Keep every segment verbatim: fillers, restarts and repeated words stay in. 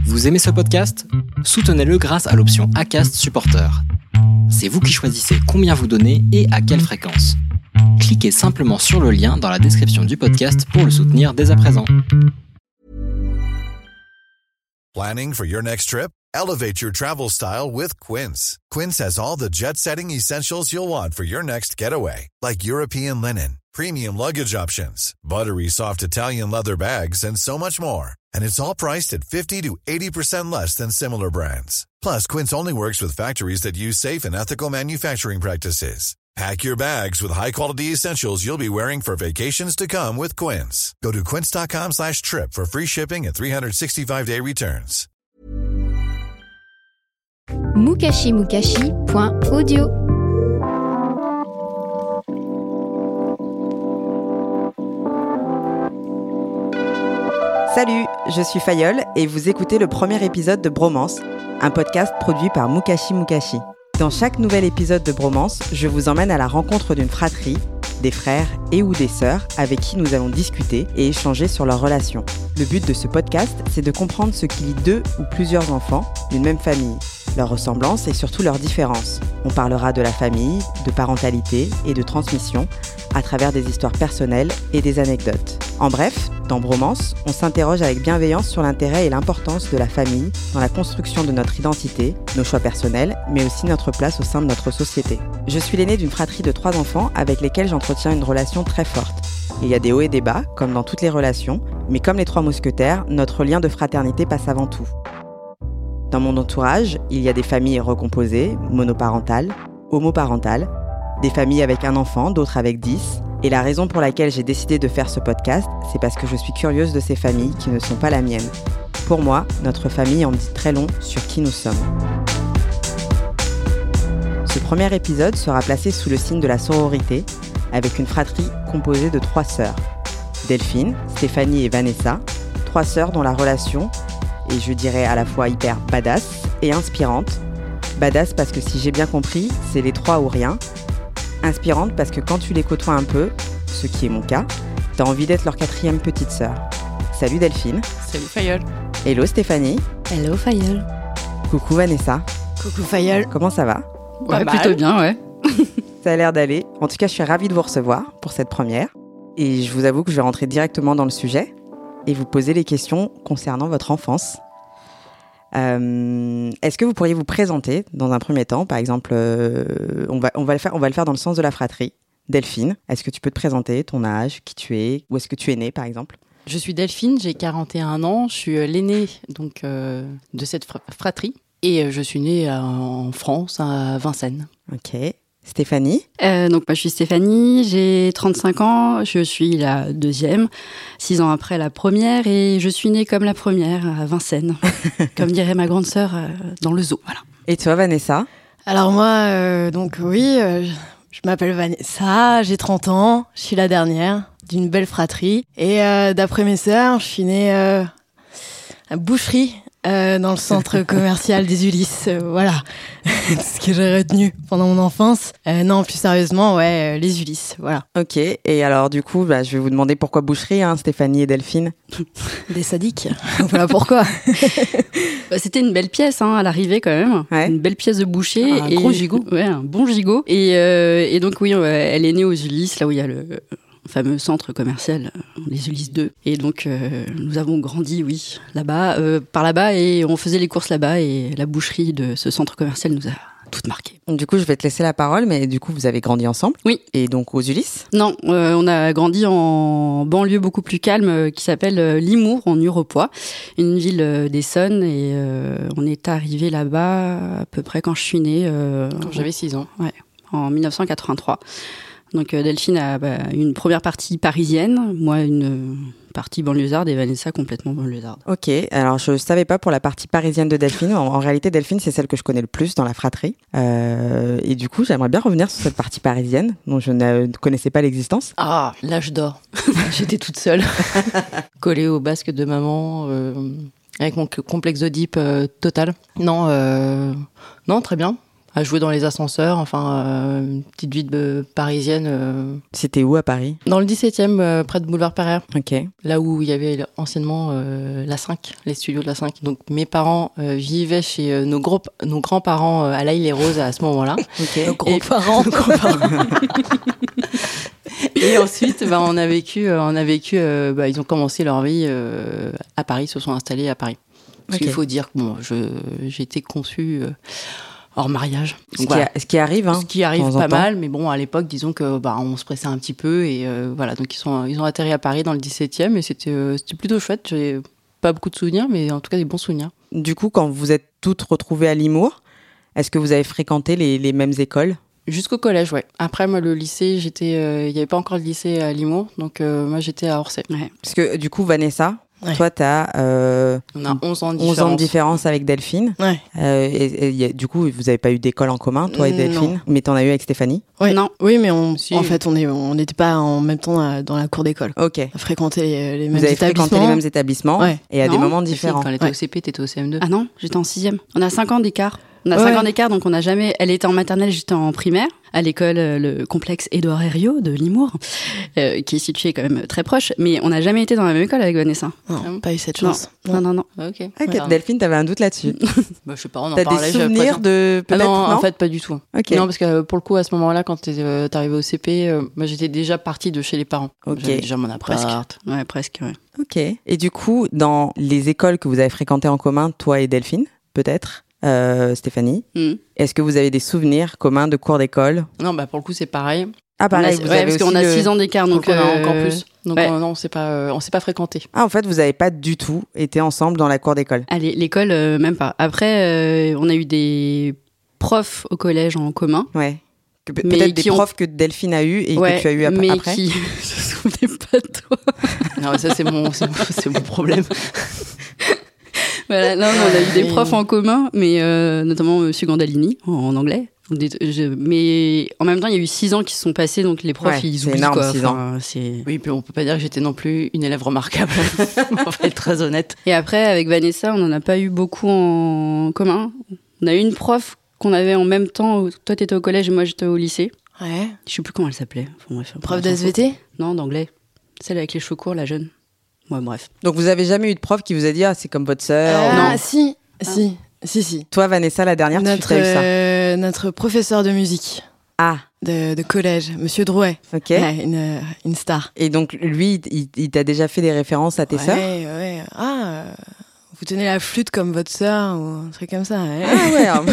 Vous aimez ce podcast ? Soutenez-le grâce à l'option Acast Supporter. C'est vous qui choisissez combien vous donnez et à quelle fréquence. Cliquez simplement sur le lien dans la description du podcast pour le soutenir dès à présent. Planning for your next trip? Elevate your travel style with Quince. Quince has all the jet-setting essentials you'll want for your next getaway, like European linen, premium luggage options, buttery soft Italian leather bags, and so much more. And it's all priced at fifty to eighty percent less than similar brands. Plus, Quince only works with factories that use safe and ethical manufacturing practices. Pack your bags with high-quality essentials you'll be wearing for vacations to come with Quince. Go to quince.com slash trip for free shipping and three sixty-five day returns. mukashi mukashi point audio. Salut, je suis Fayol et vous écoutez le premier épisode de Bromance, un podcast produit par Mukashi Mukashi. Dans chaque nouvel épisode de Bromance, je vous emmène à la rencontre d'une fratrie, des frères et ou des sœurs avec qui nous allons discuter et échanger sur leurs relations. Le but de ce podcast, c'est de comprendre ce qui lie deux ou plusieurs enfants d'une même famille, leurs ressemblances et surtout leurs différences. On parlera de la famille, de parentalité et de transmission à travers des histoires personnelles et des anecdotes. En bref, dans Bromance, on s'interroge avec bienveillance sur l'intérêt et l'importance de la famille dans la construction de notre identité, nos choix personnels, mais aussi notre place au sein de notre société. Je suis l'aînée d'une fratrie de trois enfants avec lesquels j'entretiens une relation très forte. Il y a des hauts et des bas, comme dans toutes les relations, mais comme les trois mousquetaires, notre lien de fraternité passe avant tout. Dans mon entourage, il y a des familles recomposées, monoparentales, homoparentales, des familles avec un enfant, d'autres avec dix. Et la raison pour laquelle j'ai décidé de faire ce podcast, c'est parce que je suis curieuse de ces familles qui ne sont pas la mienne. Pour moi, notre famille en dit très long sur qui nous sommes. Ce premier épisode sera placé sous le signe de la sororité, avec une fratrie composée de trois sœurs. Delphine, Stéphanie et Vanessa, trois sœurs dont la relation est, je dirais, à la fois hyper badass et inspirante. Badass parce que si j'ai bien compris, c'est les trois ou rien. Inspirante parce que quand tu les côtoies un peu, ce qui est mon cas, t'as envie d'être leur quatrième petite sœur. Salut Delphine. Salut Fayol. Hello Stéphanie. Hello Fayol. Coucou Vanessa. Coucou Fayol. Comment ça va ? Ouais, plutôt bien, ouais. Ça a l'air d'aller. En tout cas, je suis ravie de vous recevoir pour cette première. Et je vous avoue que je vais rentrer directement dans le sujet et vous poser les questions concernant votre enfance. Euh, est-ce que vous pourriez vous présenter dans un premier temps ? Par exemple, euh, on, va, on, va le faire, on va le faire dans le sens de la fratrie. Delphine, est-ce que tu peux te présenter, ton âge, qui tu es, où est-ce que tu es née par exemple ? Je suis Delphine, j'ai quarante et un ans, je suis l'aînée donc, euh, de cette fratrie et je suis née en France, à Vincennes. Ok. Stéphanie ? euh, Donc, moi, je suis Stéphanie, j'ai trente-cinq ans, je suis la deuxième, six ans après la première, et je suis née comme la première à Vincennes, comme dirait ma grande sœur euh, dans le zoo. Voilà. Et toi, Vanessa ? Alors moi, euh, donc oui, euh, je m'appelle Vanessa, j'ai trente ans, je suis la dernière d'une belle fratrie, et euh, d'après mes sœurs, je suis née euh, à Boucherie, Euh, dans le centre commercial des Ulysses, euh, voilà, ce que j'ai retenu pendant mon enfance. Euh, non, plus sérieusement, ouais, euh, les Ulysses, voilà. Ok, et alors du coup, bah, je vais vous demander pourquoi Boucherie, hein, Stéphanie et Delphine ? Des sadiques, voilà pourquoi. Bah, c'était une belle pièce hein, à l'arrivée quand même, ouais. Une belle pièce de boucher. Un et, gros gigot. Ouais, un bon gigot. Et, euh, et donc oui, elle est née aux Ulysses, là où il y a le fameux centre commercial, les Ulysses deux. Et donc, euh, nous avons grandi, oui, là-bas, euh, par là-bas, et on faisait les courses là-bas, et la boucherie de ce centre commercial nous a toutes marquées. Du coup, je vais te laisser la parole, mais du coup, vous avez grandi ensemble ? Oui. Et donc aux Ulysses ? Non, euh, on a grandi en banlieue beaucoup plus calme, euh, qui s'appelle euh, Limours, en Hurepoix, une ville euh, d'Essonne, et euh, on est arrivé là-bas à peu près quand je suis née. Euh, Quand j'avais six ans. Ouais, en dix-neuf cent quatre-vingt-trois. Donc euh, Delphine a bah, une première partie parisienne, moi une euh, partie banlieusarde et Vanessa complètement banlieusarde. Ok, alors je ne savais pas pour la partie parisienne de Delphine. En, en réalité, Delphine, c'est celle que je connais le plus dans la fratrie. Euh, et du coup, j'aimerais bien revenir sur cette partie parisienne dont je ne connaissais pas l'existence. Ah, l'âge d'or. J'étais toute seule, collée au basque de maman, euh, avec mon complexe d'Oedipe euh, total. Non, euh, non, très bien. à jouer dans les ascenseurs, enfin, euh, une petite vie de parisienne. Euh, C'était où à Paris? Dans le dix-septième, euh, près de Boulevard Pereire. Ok. Là où il y avait anciennement euh, la cinq, les studios de la cinq. Donc mes parents euh, vivaient chez euh, nos, gros, nos grands-parents euh, à l'Aille-les-Roses à ce moment-là. Ok. Nos grands-parents. Nos grands-parents. Et ensuite, bah, on a vécu, euh, on a vécu euh, bah, ils ont commencé leur vie euh, à Paris, se sont installés à Paris. Parce Okay. qu'il faut dire que bon, je, j'ai été conçue euh, hors mariage. Donc, ce, voilà. qui a, ce qui arrive, hein, ce qui arrive pas mal, mais bon, à l'époque, disons que bah, on se pressait un petit peu et euh, voilà. Donc ils sont, ils ont atterri à Paris dans le dix-septième et c'était, euh, c'était plutôt chouette. J'ai pas beaucoup de souvenirs, mais en tout cas des bons souvenirs. Du coup, quand vous êtes toutes retrouvées à Limours, est-ce que vous avez fréquenté les, les mêmes écoles? Jusqu'au collège, ouais. Après, moi, le lycée, j'étais, il euh, n'y avait pas encore le lycée à Limours, donc euh, moi, j'étais à Orsay. Ouais. Parce que du coup, Vanessa, ouais. toi, t'as euh, on a onze ans de différence. onze ans de différence avec Delphine. Ouais. Euh, et, et y a, du coup, vous n'avez pas eu d'école en commun, toi et Delphine, non. mais t'en as eu avec Stéphanie? Ouais. Non. Oui, mais on, si. en fait, on est, on n'était pas en même temps dans la cour d'école. Ok. On a fréquenté les, les mêmes vous avez établissements. fréquenté les mêmes établissements, ouais. Et à non. des moments différents. Quand elle était ouais. au C P, t'étais au C M deux. Ah non, j'étais en sixième. On a cinq ans d'écart. On a ouais. cinq ans d'écart, donc on n'a jamais... Elle était en maternelle, j'étais en primaire, à l'école, euh, le complexe Édouard Herriot de Limours, euh, qui est situé quand même très proche, mais on n'a jamais été dans la même école avec Vanessa. Non, Ah, pas eu cette Non, chance. non, non. non. Ok. Okay. Ouais. Delphine, t'avais un doute là-dessus. Bah, je sais pas, on en T'as parlait. des souvenirs de peut-être ah non, non en fait, pas du tout. Ok. Non, parce que pour le coup, à ce moment-là, quand t'es euh, arrivé au C P, euh, moi, j'étais déjà partie de chez les parents. Ok. J'avais déjà mon appart. Presque. Ouais, presque, ouais. Ok. Et du coup, dans les écoles que vous avez fréquentées en commun, toi et Delphine, peut-être, euh, Stéphanie, Mm. est-ce que vous avez des souvenirs communs de cours d'école? Non, bah, pour le coup, c'est pareil. Ah, pareil, on a, vous ouais, avez parce aussi qu'on a le... six ans d'écart, Donc, donc on a euh, encore plus. Donc, ouais. euh, non, on s'est pas, euh, on s'est pas fréquentés. Ah, en fait, vous n'avez pas du tout été ensemble dans la cour d'école? Allez, l'école, euh, même pas. Après, euh, on a eu des profs au collège en commun. Ouais. Que, Mais peut-être des qui ont- profs que Delphine a eu et ouais, que tu as eu ap- mais après? qui se souvenaient pas de toi. Non, mais ça, c'est mon, c'est, c'est mon problème. Voilà, non, non, on a eu des Oui. profs en commun, mais euh, notamment Monsieur Gandalini en, en anglais. Des- je- mais en même temps, il y a eu six ans qui se sont passés, donc les profs, Ouais, ils c'est oublient énorme, quoi. six Enfin, c'est... Oui, puis on peut pas dire que j'étais non plus une élève remarquable. On va être très honnête. Et après, avec Vanessa, on n'en a pas eu beaucoup en commun. On a eu une prof qu'on avait en même temps. Toi, t'étais au collège et moi, j'étais au lycée. Ouais. Je sais plus comment elle s'appelait. Enfin, bref, Prof d'S V T? Non, d'anglais. Celle avec les cheveux courts, la jeune. Ouais, bref. Donc, vous avez jamais eu de prof qui vous a dit, ah, c'est comme votre sœur? Ah, Non. si, si, si, si. Toi, Vanessa, la dernière, Notre, tu as eu ça? euh, notre professeur de musique Ah, de, de collège, Monsieur Drouet. ok. Ouais, une, euh, une star. Et donc, lui, il, il t'a déjà fait des références à tes ouais, sœurs? ouais. Ah, euh, vous tenez la flûte comme votre sœur ou un truc comme ça. Ouais. Ah ouais, hein.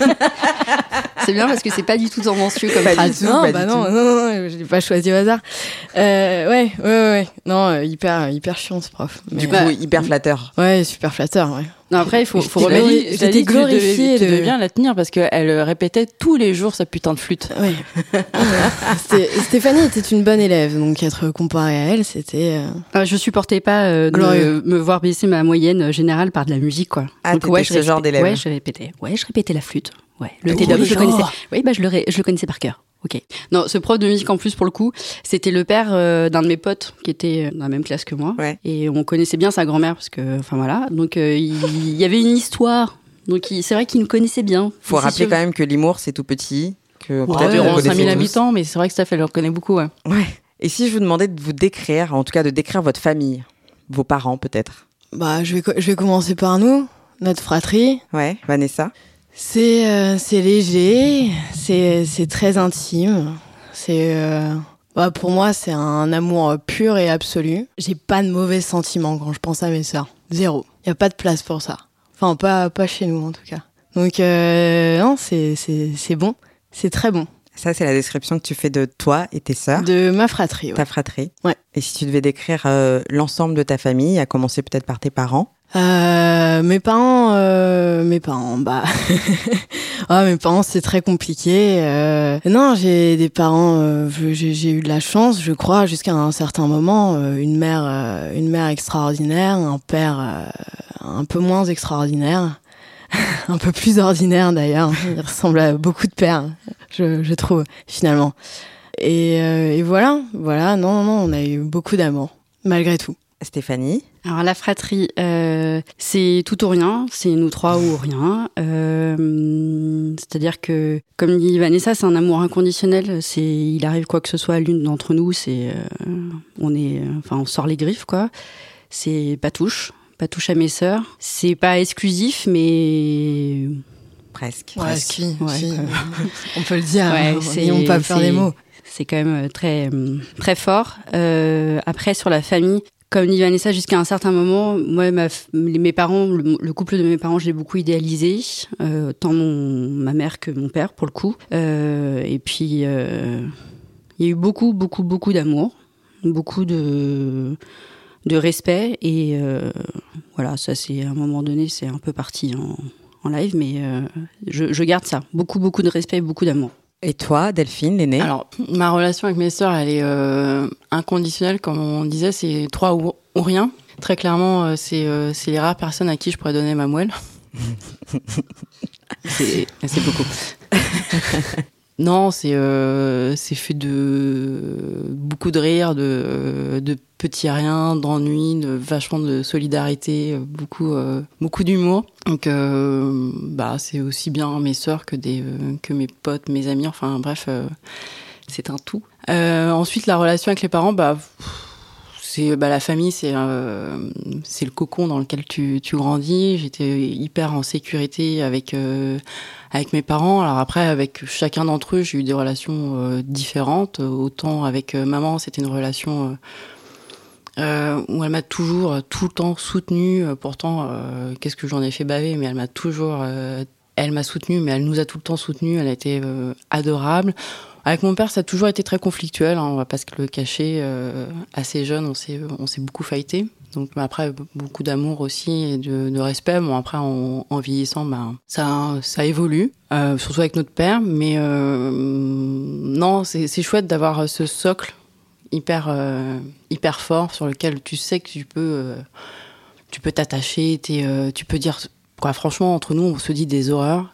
C'est bien parce que c'est pas du tout tendancieux comme Pas phrase. du tout. Non, pas bah du non, tout. non, non, non, je l'ai pas choisi au hasard. Euh, ouais, ouais, ouais, ouais. Non, euh, hyper, hyper chiant ce prof. Mais, Du coup, euh, hyper flatteur. ouais, super flatteur, ouais. Non, après, il faut, faut Je t'ai remettre. glori- Je j'étais t'ai dit, tu glorifiée devais- Tu de- devais bien la tenir parce qu'elle répétait tous les jours sa putain de flûte. Ouais. C'était- Stéphanie était une bonne élève, donc être comparée à elle, c'était. euh, Euh, je supportais pas euh, de Glorieux. me voir baisser ma moyenne euh, générale par de la musique, quoi. Ah, Donc, t'étais ouais, ce je genre répétais- d'élève. Ouais, je répétais. Ouais, je répétais la flûte. Ouais, le Tous T W, les je le jours. connaissais. Oui, bah je le, ré- je le connaissais par cœur. Ok. Non, ce prof de musique en plus pour le coup, c'était le père euh, d'un de mes potes qui était euh, dans la même classe que moi. Ouais. Et on connaissait bien sa grand-mère parce que, enfin voilà. Donc euh, il, il y avait une histoire. Donc il- c'est vrai qu'il nous connaissait bien. Faut C'est rappeler sûr. quand même que Limours, c'est tout petit. Que Ouais, peut-être vous environ connaissez cinq mille tous. habitants, mais c'est vrai que ça fait, elle le reconnaît beaucoup, ouais. Ouais. Et si je vous demandais de vous décrire, en tout cas de décrire votre famille, vos parents peut-être? Bah, je vais, co- je vais commencer par nous, notre fratrie. Ouais, Vanessa? C'est euh, c'est léger, c'est c'est très intime. C'est euh, bah pour moi c'est un amour pur et absolu. J'ai pas de mauvais sentiments quand je pense à mes sœurs. Zéro. Y a pas de place pour ça. Enfin pas pas chez nous en tout cas. Donc euh, non c'est c'est c'est bon, c'est très bon. Ça, c'est la description que tu fais de toi et tes sœurs, De ma fratrie. Ouais. ta fratrie. Ouais. Et si tu devais décrire euh, l'ensemble de ta famille, à commencer peut-être par tes parents? Euh, mes parents, euh, mes parents, bah, ah, mes parents, c'est très compliqué. Euh, non, j'ai des parents, euh, j'ai, j'ai eu de la chance, je crois, jusqu'à un certain moment. Euh, une mère, euh, une mère extraordinaire, un père euh, un peu moins extraordinaire, un peu plus ordinaire d'ailleurs. Il ressemble à beaucoup de pères, je, je trouve finalement. Et, euh, et voilà, voilà. Non, non, non, on a eu beaucoup d'amour, malgré tout. Stéphanie? Alors la fratrie, euh, c'est tout ou rien, c'est nous trois ou rien. Euh, c'est-à-dire que, comme dit Vanessa, c'est un amour inconditionnel. C'est, il arrive quoi que ce soit à l'une d'entre nous, c'est, euh, on est, enfin, on sort les griffes, quoi. C'est pas touche, pas touche à mes sœurs. C'est pas exclusif, mais Presque. Ouais, Presque. si, Ouais, si. quoi. On peut le dire, Ouais, hein, c'est- n'ayons pas peur c'est- des mots. C'est quand même très, très fort. Euh, après, sur la famille, comme dit Vanessa, jusqu'à un certain moment, moi, ma, mes parents, le, le couple de mes parents, je l'ai beaucoup idéalisé, euh, tant mon, ma mère que mon père, pour le coup. Euh, et puis, euh, il y a eu beaucoup, beaucoup, beaucoup d'amour, beaucoup de, de respect. Et euh, voilà, ça, c'est à un moment donné, c'est un peu parti en, en live, mais euh, je, je garde ça. Beaucoup, beaucoup de respect et beaucoup d'amour. Et toi, Delphine, l'aînée? Alors, ma relation avec mes sœurs, elle est euh, inconditionnelle, comme on disait, c'est trois ou, ou rien. Très clairement, euh, c'est, euh, c'est les rares personnes à qui je pourrais donner ma moelle. c'est, c'est beaucoup. Non, c'est, euh, c'est fait de beaucoup de rire, de, de petits riens, d'ennuis, de vachement de solidarité, beaucoup, euh, beaucoup d'humour. Donc, euh, bah, c'est aussi bien mes sœurs que des, euh, que mes potes, mes amis. Enfin, bref, euh, c'est un tout. Euh, ensuite, la relation avec les parents, bah, c'est, bah, la famille, c'est, euh, c'est le cocon dans lequel tu, tu grandis. J'étais hyper en sécurité avec, euh, avec mes parents. Alors après, avec chacun d'entre eux, j'ai eu des relations euh, différentes. Autant avec euh, maman, c'était une relation euh, euh, où elle m'a toujours, euh, tout le temps soutenue. Pourtant, euh, qu'est-ce que j'en ai fait baver, mais elle m'a toujours... Euh, elle m'a soutenue, mais elle nous a tout le temps soutenus. Elle a été euh, adorable. Avec mon père, ça a toujours été très conflictuel, hein, on va pas se le cacher. Euh, assez jeune, on s'est, on s'est beaucoup fighté. Donc après, beaucoup d'amour aussi et de, de respect. Bon, après, en, en vieillissant, bah, ça, ça évolue, euh, surtout avec notre père. Mais euh, non, c'est, c'est chouette d'avoir ce socle hyper, euh, hyper fort sur lequel tu sais que tu peux, euh, tu peux t'attacher. T'es, euh, tu peux dire, quoi, franchement, entre nous, on se dit des horreurs.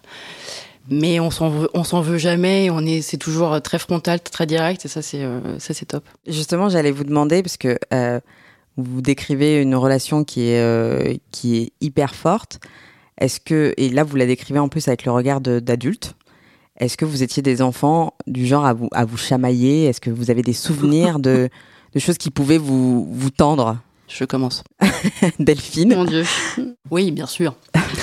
Mais on s'en veut, on s'en veut jamais. On est, c'est toujours très frontal, très direct, et ça, c'est, euh, ça, c'est top. Justement, j'allais vous demander, parce que euh, vous décrivez une relation qui est, euh, qui est hyper forte. Est-ce que, et là, vous la décrivez en plus avec le regard de, d'adulte. Est-ce que vous étiez des enfants du genre à vous, à vous chamailler? Est-ce que vous avez des souvenirs de, de choses qui pouvaient vous, vous tendre? Je commence. Delphine? Mon Dieu. Oui, bien sûr.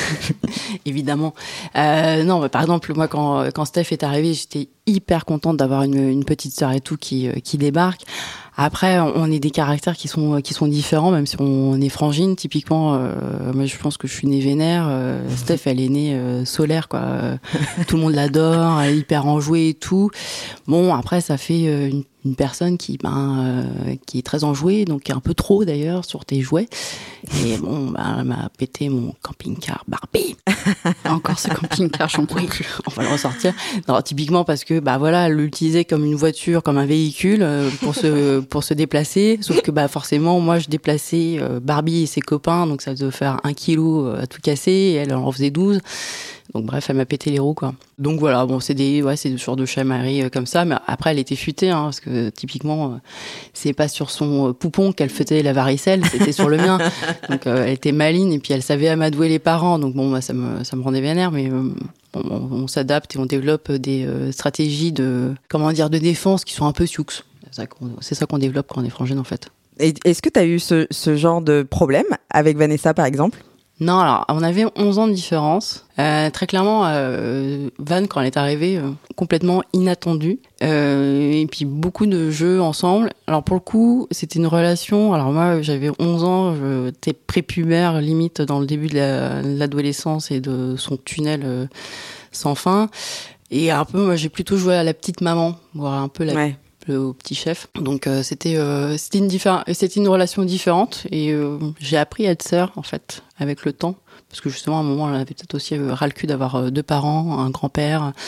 Évidemment. Euh, non, bah, par exemple, moi, quand, quand Steph est arrivé, j'étais hyper contente d'avoir une, une petite sœur et tout qui, qui débarque. Après, on est des caractères qui sont, qui sont différents, même si on est frangines. Typiquement, euh, moi, je pense que je suis née vénère. Euh, Steph, elle est née euh, solaire, quoi. Euh, tout le monde l'adore, elle est hyper enjouée et tout. Bon, après, ça fait euh, une, une personne qui, ben, euh, qui est très enjouée, donc un peu trop d'ailleurs sur tes jouets. Et bon, ben, elle m'a pété mon camping-car Barbie. Encore ce camping-car, j'en peux plus. On va le ressortir. Non, typiquement parce que, bah voilà, elle l'utilisait comme une voiture, comme un véhicule euh, pour se pour se déplacer. Sauf que, bah forcément, moi, je déplaçais euh, Barbie et ses copains, donc ça devait faire un kilo à tout casser. Et elle en faisait douze. Donc bref, elle m'a pété les roues, quoi. Donc voilà, bon, c'est des, ouais, c'est des genres de chamailleries euh, comme ça. Mais après, elle était futée, hein, parce que typiquement, euh, c'est pas sur son euh, poupon qu'elle faisait la varicelle, c'était sur le mien. Donc euh, elle était maligne et puis elle savait amadouer les parents. Donc bon, bah, ça me, ça me rendait vénère, mais euh, on, on s'adapte et on développe des euh, stratégies de, comment dire, de défense qui sont un peu sioux. C'est ça qu'on, c'est ça qu'on développe quand on est frangine, en fait. Et est-ce que tu as eu ce, ce genre de problème avec Vanessa, par exemple? Non, alors, on avait onze ans de différence. Euh, très clairement, euh, Van, quand elle est arrivée, euh, complètement inattendue. Euh, et puis, beaucoup de jeux ensemble. Alors, pour le coup, c'était une relation... Alors, moi, j'avais onze ans, j'étais prépubère, limite, dans le début de, la, de l'adolescence et de son tunnel euh, sans fin. Et un peu, moi, j'ai plutôt joué à la petite maman, voire un peu la... Ouais. au petit chef. Donc euh, c'était euh, c'était une diffé- c'était une relation différente et euh, j'ai appris à être sœur en fait avec le temps parce que justement à un moment elle avait peut-être aussi euh, ras le cul d'avoir euh, deux parents, un grand-père, plus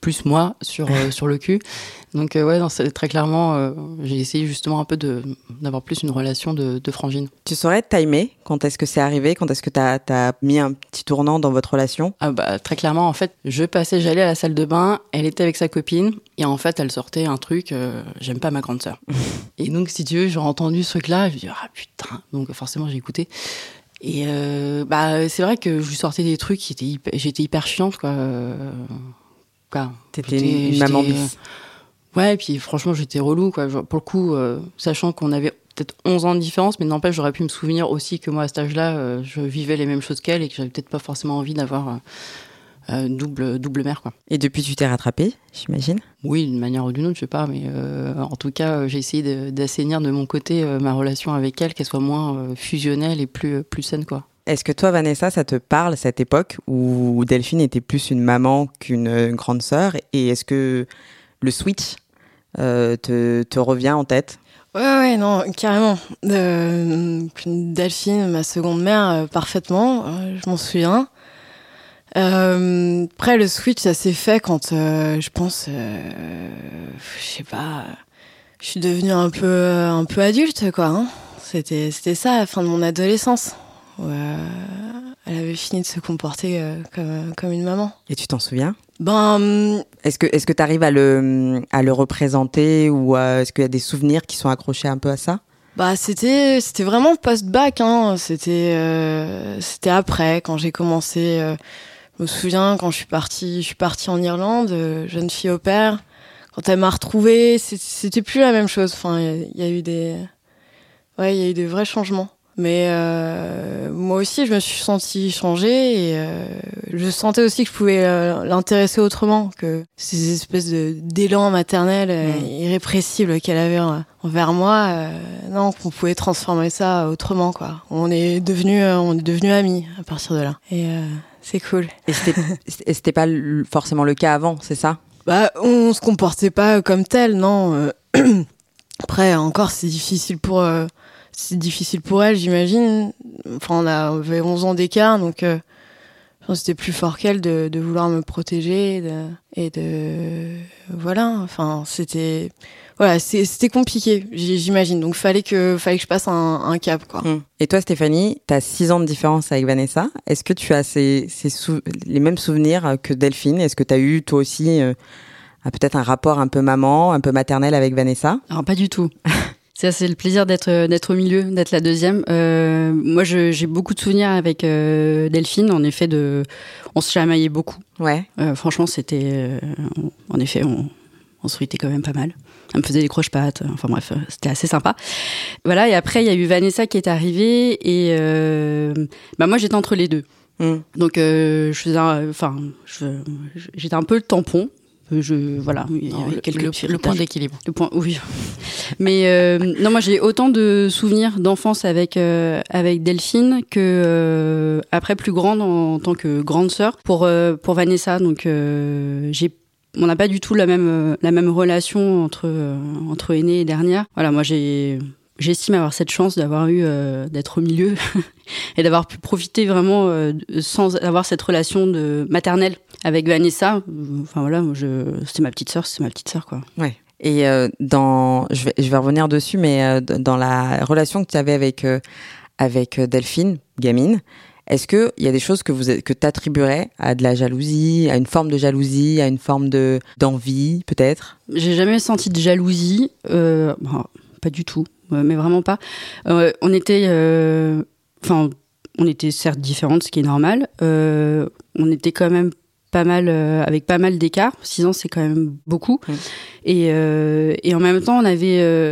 plus moi sur euh, sur le cul. Donc euh, ouais, non, c'est très clairement, euh, j'ai essayé justement un peu de d'avoir plus une relation de, de frangine. Tu saurais timer quand est-ce que c'est arrivé, quand est-ce que t'as t'as mis un petit tournant dans votre relation? Ah bah très clairement, en fait, je passais, j'allais à la salle de bain, elle était avec sa copine et en fait, elle sortait un truc, euh, j'aime pas ma grande sœur. Et donc si tu veux, j'ai entendu ce truc-là, je me dis ah putain, donc forcément j'ai écouté. Et euh, bah c'est vrai que je lui sortais des trucs qui étaient hyper, j'étais hyper chiante quoi. Euh, quoi. T'étais J'étais- une maman j'étais- bis. Ouais, et puis franchement, j'étais relou, quoi. Genre, pour le coup, euh, sachant qu'on avait peut-être onze ans de différence, mais n'empêche, j'aurais pu me souvenir aussi que moi, à cet âge-là, euh, je vivais les mêmes choses qu'elle et que j'avais peut-être pas forcément envie d'avoir euh, euh, double, double mère, quoi. Et depuis, tu t'es rattrapée, j'imagine? Oui, d'une manière ou d'une autre, je sais pas, mais euh, en tout cas, euh, j'ai essayé de, d'assainir de mon côté euh, ma relation avec elle, qu'elle soit moins euh, fusionnelle et plus, plus saine, quoi. Est-ce que toi, Vanessa, ça te parle, cette époque où Delphine était plus une maman qu'une euh, grande sœur? Et est-ce que le switch euh, te, te revient en tête? Ouais, ouais, non, carrément. Euh, Delphine, ma seconde mère, euh, parfaitement, euh, je m'en souviens. Euh, après, le switch, ça s'est fait quand, euh, je pense, euh, je sais pas, je suis devenue un peu, un peu adulte, quoi. Hein. C'était, c'était ça, à la fin de mon adolescence. Où, euh, elle avait fini de se comporter euh, comme, comme une maman. Et tu t'en souviens? Ben, Est-ce que est-ce que tu arrives à le, à le représenter ou euh, est-ce qu'il y a des souvenirs qui sont accrochés un peu à ça? Bah c'était c'était vraiment post-bac, hein. C'était euh, c'était après quand j'ai commencé. Euh, je me souviens quand je suis partie je suis partie en Irlande, euh, jeune fille au pair. Quand elle m'a retrouvée, c'est- c'était plus la même chose. Enfin, il y, y a eu des ouais, il y a eu des vrais changements. Mais euh, moi aussi, je me suis sentie changer et euh, je sentais aussi que je pouvais euh, l'intéresser autrement, que ces espèces de d'élan maternel euh, Mmh. irrépressible qu'elle avait en- envers moi, euh, non, qu'on pouvait transformer ça autrement, quoi. On est devenus euh, on est devenus amis à partir de là. Et euh, c'est cool. Et c'était, et c'était pas l- forcément le cas avant, c'est ça? Bah, on se comportait pas comme tel, non. euh. Après, encore, c'est difficile pour, euh, c'est difficile pour elle, j'imagine. Enfin, on a- on avait onze ans d'écart, donc euh, je pense que c'était plus fort qu'elle de, de vouloir me protéger et de, et de voilà. Enfin, c'était voilà, c'est- c'était compliqué, j- j'imagine. Donc, fallait que, fallait que je passe un, un cap, quoi. Mm. Et toi, Stéphanie, tu as six ans de différence avec Vanessa. Est-ce que tu as ces, ces sou- les mêmes souvenirs que Delphine? Est-ce que tu as eu, toi aussi, euh, un- peut-être un rapport un peu maman, un peu maternel avec Vanessa? Alors pas du tout. Ça, c'est le plaisir d'être d'être au milieu, d'être la deuxième. Euh, moi, je, j'ai beaucoup de souvenirs avec euh, Delphine. En effet, de, on se chamaillait beaucoup. Ouais. Euh, franchement, c'était, euh, en effet, on, on se fritait quand même pas mal. Elle me faisait des croche-pattes. Enfin bref, euh, c'était assez sympa. Voilà. Et après, il y a eu Vanessa qui est arrivée et euh, bah moi, j'étais entre les deux. Mm. Donc, euh, je faisais, un- enfin, je, j'étais un peu le tampon. Je, voilà, il y Non, avait le, quelques le- petits le point héritages. d'équilibre. Le point, oui. Mais euh, non, moi j'ai autant de souvenirs d'enfance avec euh, avec Delphine que euh, après plus grande en, en tant que grande sœur pour euh, pour Vanessa. Donc euh, j'ai on n'a pas du tout la même euh, la même relation entre euh, entre aînée et dernière. Voilà, moi j'ai j'estime avoir cette chance d'avoir eu euh, d'être au milieu et d'avoir pu profiter vraiment euh, sans avoir cette relation de maternelle avec Vanessa. Enfin voilà, moi, je c'était ma petite sœur, c'est ma petite sœur quoi. Ouais. Et euh, dans, je vais, je vais revenir dessus, mais euh, dans la relation que tu avais avec euh, avec Delphine, gamine, est-ce que il y a des choses que vous que t'attribuerais à de la jalousie, à une forme de jalousie, à une forme de d'envie, peut-être? J'ai jamais senti de jalousie, euh, bon, pas du tout, euh, mais vraiment pas. Euh, on était, enfin, euh, on était certes différentes, ce qui est normal. Euh, on était quand même pas mal, euh, avec pas mal d'écart. Six ans, c'est quand même beaucoup. Mmh. Et, euh, et en même temps, on avait, euh,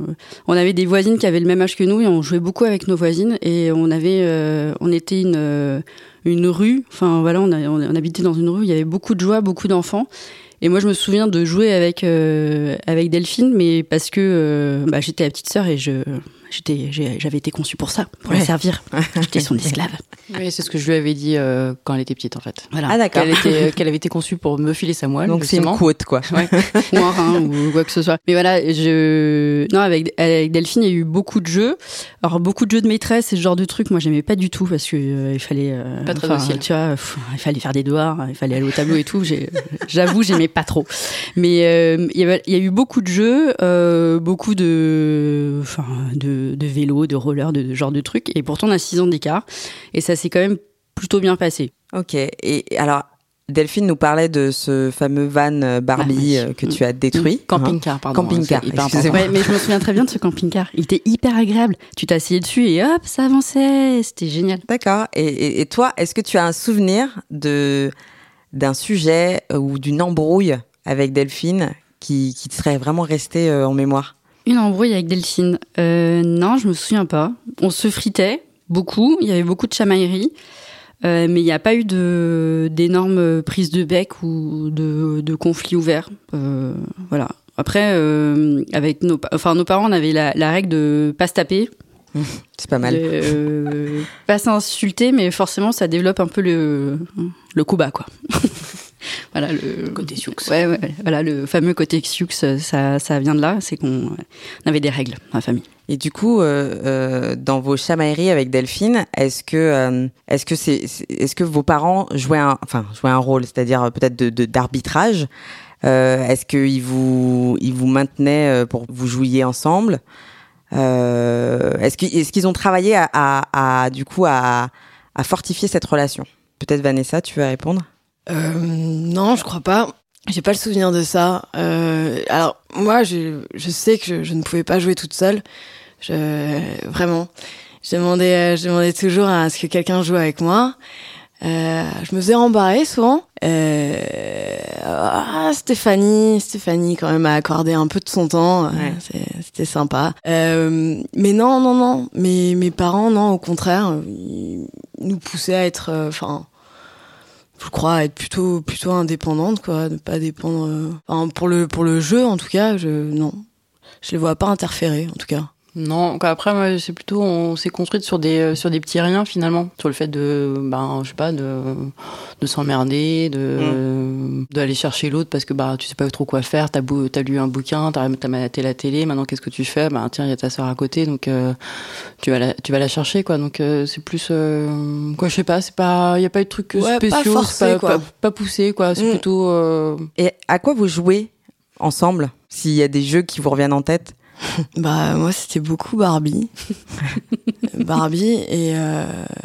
on avait des voisines qui avaient le même âge que nous et on jouait beaucoup avec nos voisines. Et on avait, euh, on était une, une rue. Enfin voilà, on, a, on, on habitait dans une rue. Il y avait beaucoup de joie, beaucoup d'enfants. Et moi, je me souviens de jouer avec euh, avec Delphine, mais parce que euh, bah, j'étais la petite sœur et je j'étais, j'ai, j'avais été conçue pour ça, pour ouais. la servir. J'étais son esclave. Oui, c'est ce que je lui avais dit euh, quand elle était petite, en fait. Voilà. Ah d'accord. Qu'elle, était, qu'elle avait été conçue pour me filer sa moelle. Donc justement. c'est une quote quoi. Ouais. Ou un rein, ou quoi que ce soit. Mais voilà, je, non, avec, avec Delphine, il y a eu beaucoup de jeux. Alors, beaucoup de jeux de maîtresse et ce genre de trucs, moi, j'aimais pas du tout parce que euh, il fallait, euh, Pas très enfin, docile. tu vois, pff, il fallait faire des devoirs, il fallait aller au tableau et tout. J'ai, j'avoue, j'aimais pas trop. Mais euh, il y avait, il y a eu beaucoup de jeux, euh, beaucoup de, enfin, de, de vélo, de roller, de, de genre de trucs. Et pourtant, on a six ans d'écart. Et ça s'est quand même plutôt bien passé. Ok. Et alors, Delphine nous parlait de ce fameux van Barbie Ah oui. que tu as détruit. Camping-car, pardon. Camping-car, C'est hyper excusez-moi. Ouais, mais je me souviens très bien de ce camping-car. Il était hyper agréable. Tu t'asseyais dessus et hop, ça avançait. C'était génial. D'accord. Et, et, et toi, est-ce que tu as un souvenir de d'un sujet ou d'une embrouille avec Delphine qui, qui te serait vraiment resté euh, en mémoire? Une embrouille avec Delphine. Euh, non, je me souviens pas. On se fritait beaucoup. Il y avait beaucoup de chamailleries. Euh, mais il n'y a pas eu de, d'énormes prises de bec ou de, de conflits ouverts. Euh, voilà. Après, euh, avec nos, enfin, nos parents, on avait la, la règle de pas se taper. C'est pas mal. De, euh, pas s'insulter, mais forcément, ça développe un peu le, le coup bas, quoi. Voilà, le côté sioux. Ouais, ouais, voilà, le fameux côté sioux, ça, ça vient de là. C'est qu'on on avait des règles dans la famille. Et du coup, euh, euh, dans vos chamailleries avec Delphine, est-ce que, euh, est-ce que c'est, c'est, est-ce que vos parents jouaient un, enfin, jouaient un rôle, c'est-à-dire peut-être de, de d'arbitrage? euh, Est-ce qu'ils vous, ils vous maintenaient pour que vous jouiez ensemble? euh, Est-ce qu'ils, est-ce qu'ils ont travaillé à, à, à du coup, à, à fortifier cette relation? Peut-être Vanessa, tu veux répondre? Euh, non, je crois pas. J'ai pas le souvenir de ça. Euh, alors moi, je, je sais que je, je ne pouvais pas jouer toute seule. Je, vraiment, je demandais, je demandais toujours à ce que quelqu'un joue avec moi. Euh, je me faisais rembarrer souvent. Euh, ah, Stéphanie, Stéphanie quand même a accordé un peu de son temps. Ouais. C'est, c'était sympa. Euh, mais non, non, non. Mes, mes parents, non, au contraire, ils nous poussaient à être, enfin. Euh, je crois à être plutôt plutôt indépendante, quoi, ne pas dépendre euh... enfin, pour le pour le jeu en tout cas, je non. Je les vois pas interférer en tout cas. Non, après moi c'est plutôt on s'est construite sur des sur des petits riens finalement, sur le fait de ben je sais pas de de s'emmerder, de mmh. d'aller chercher l'autre parce que bah tu sais pas trop quoi faire, t'as beau, t'as lu un bouquin, t'as t'as maté la télé, maintenant qu'est-ce que tu fais? Bah tiens, il y a ta sœur à côté donc euh, tu vas la tu vas la chercher quoi. Donc euh, c'est plus euh, quoi je sais pas, c'est pas il y a pas eu de trucs ouais, spéciaux, pas forcé, c'est pas, quoi. pas pas poussé quoi, c'est mmh. plutôt euh... Et à quoi vous jouez ensemble s'il y a des jeux qui vous reviennent en tête? Bah moi c'était beaucoup Barbie. Barbie et euh...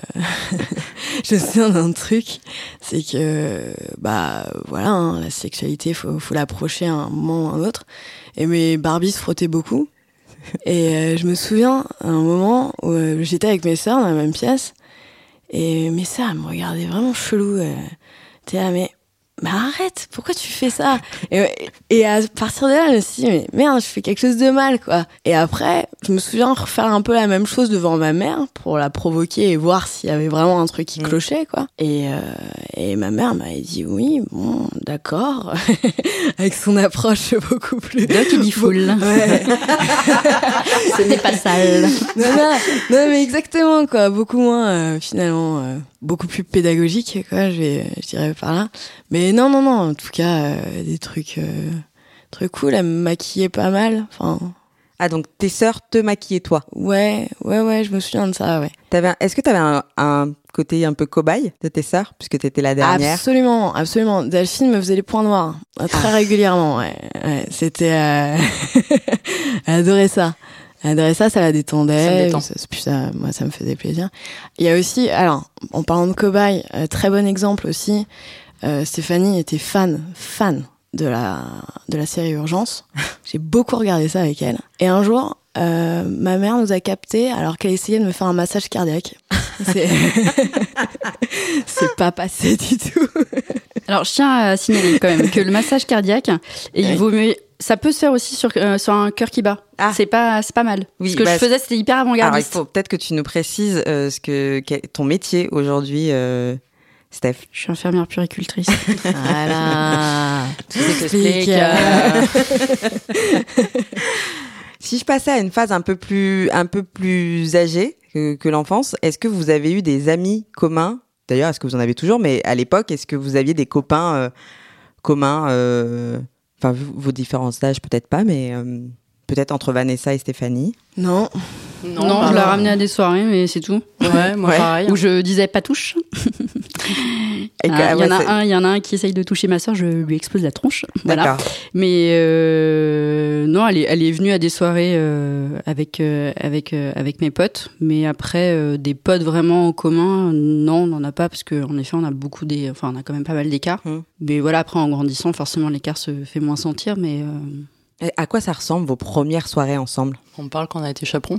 je sais d'un truc, c'est que bah voilà, hein, la sexualité faut faut l'approcher à un moment ou à un autre. Et mes Barbies se frottaient beaucoup. Et euh, je me souviens à un moment où euh, j'étais avec mes sœurs dans la même pièce et mes sœurs elles me regardaient vraiment chelou. Euh, T'es là mais mais arrête, pourquoi tu fais ça? et, et à partir de là, je me suis dit, mais merde, je fais quelque chose de mal, quoi. Et après, je me souviens refaire un peu la même chose devant ma mère pour la provoquer et voir s'il y avait vraiment un truc qui clochait, quoi. Et, euh, et ma mère m'avait dit, oui, bon, d'accord. Avec son approche beaucoup plus... Là, qui dit full. Ouais. Ce n'est pas sale. Non, non, non, mais exactement, quoi. Beaucoup moins, euh, finalement, euh, beaucoup plus pédagogique, quoi, je, vais, je dirais par là. Mais non, non, non, en tout cas, euh, des trucs, euh, trucs cool. Elle me maquillait pas mal. Enfin. Ah, donc tes sœurs te maquillaient, toi? Ouais, ouais, ouais, je me souviens de ça, ouais. T'avais un, est-ce que t'avais un, un côté un peu cobaye de tes sœurs, puisque t'étais la dernière? Absolument, absolument. Delphine me faisait les points noirs, très ah. régulièrement, ouais. ouais c'était... Euh... Elle adorait ça. Elle adorait ça, ça la détendait. Ça, ça, ça, moi, ça me faisait plaisir. Il y a aussi, alors, en parlant de cobaye, euh, très bon exemple aussi, euh, Stéphanie était fan, fan de la, de la série Urgence. J'ai beaucoup regardé ça avec elle. Et un jour, euh, ma mère nous a captés alors qu'elle essayait de me faire un massage cardiaque. C'est, c'est pas passé du tout. Alors, je tiens à signaler quand même que le massage cardiaque, et il vaut mieux... Ça peut se faire aussi sur, euh, sur un cœur qui bat. Ah. C'est pas, c'est pas mal. Oui, ce que bah, je faisais, c'était hyper avant-gardiste. Alors, il faut peut-être que tu nous précises euh, ce que, ton métier aujourd'hui, euh, Steph. Je suis infirmière puricultrice. Voilà. Tout s'explique. Euh... Si je passais à une phase un peu plus, un peu plus âgée que, que l'enfance, est-ce que vous avez eu des amis communs ? D'ailleurs, est-ce que vous en avez toujours ? Mais à l'époque, est-ce que vous aviez des copains euh, communs euh, Enfin, vos différences d'âge, peut-être pas, mais euh, peut-être entre Vanessa et Stéphanie. Non. Non, non je l'ai ramené à des soirées, mais c'est tout. Ouais, moi ouais. pareil. Où je disais pas touche. Il ah, y, ouais, y en a un qui essaye de toucher ma sœur, je lui explose la tronche. Voilà. D'accord. Mais euh, non, elle est, elle est venue à des soirées euh, avec, euh, avec, euh, avec mes potes. Mais après, euh, des potes vraiment en commun, non, on n'en a pas, parce qu'en effet, on a beaucoup des, enfin, on a quand même pas mal d'écarts. Hum. Mais voilà, après, en grandissant, forcément, l'écart se fait moins sentir. Mais. Euh... Et à quoi ça ressemble vos premières soirées ensemble ? On parle qu'on a été chaperon.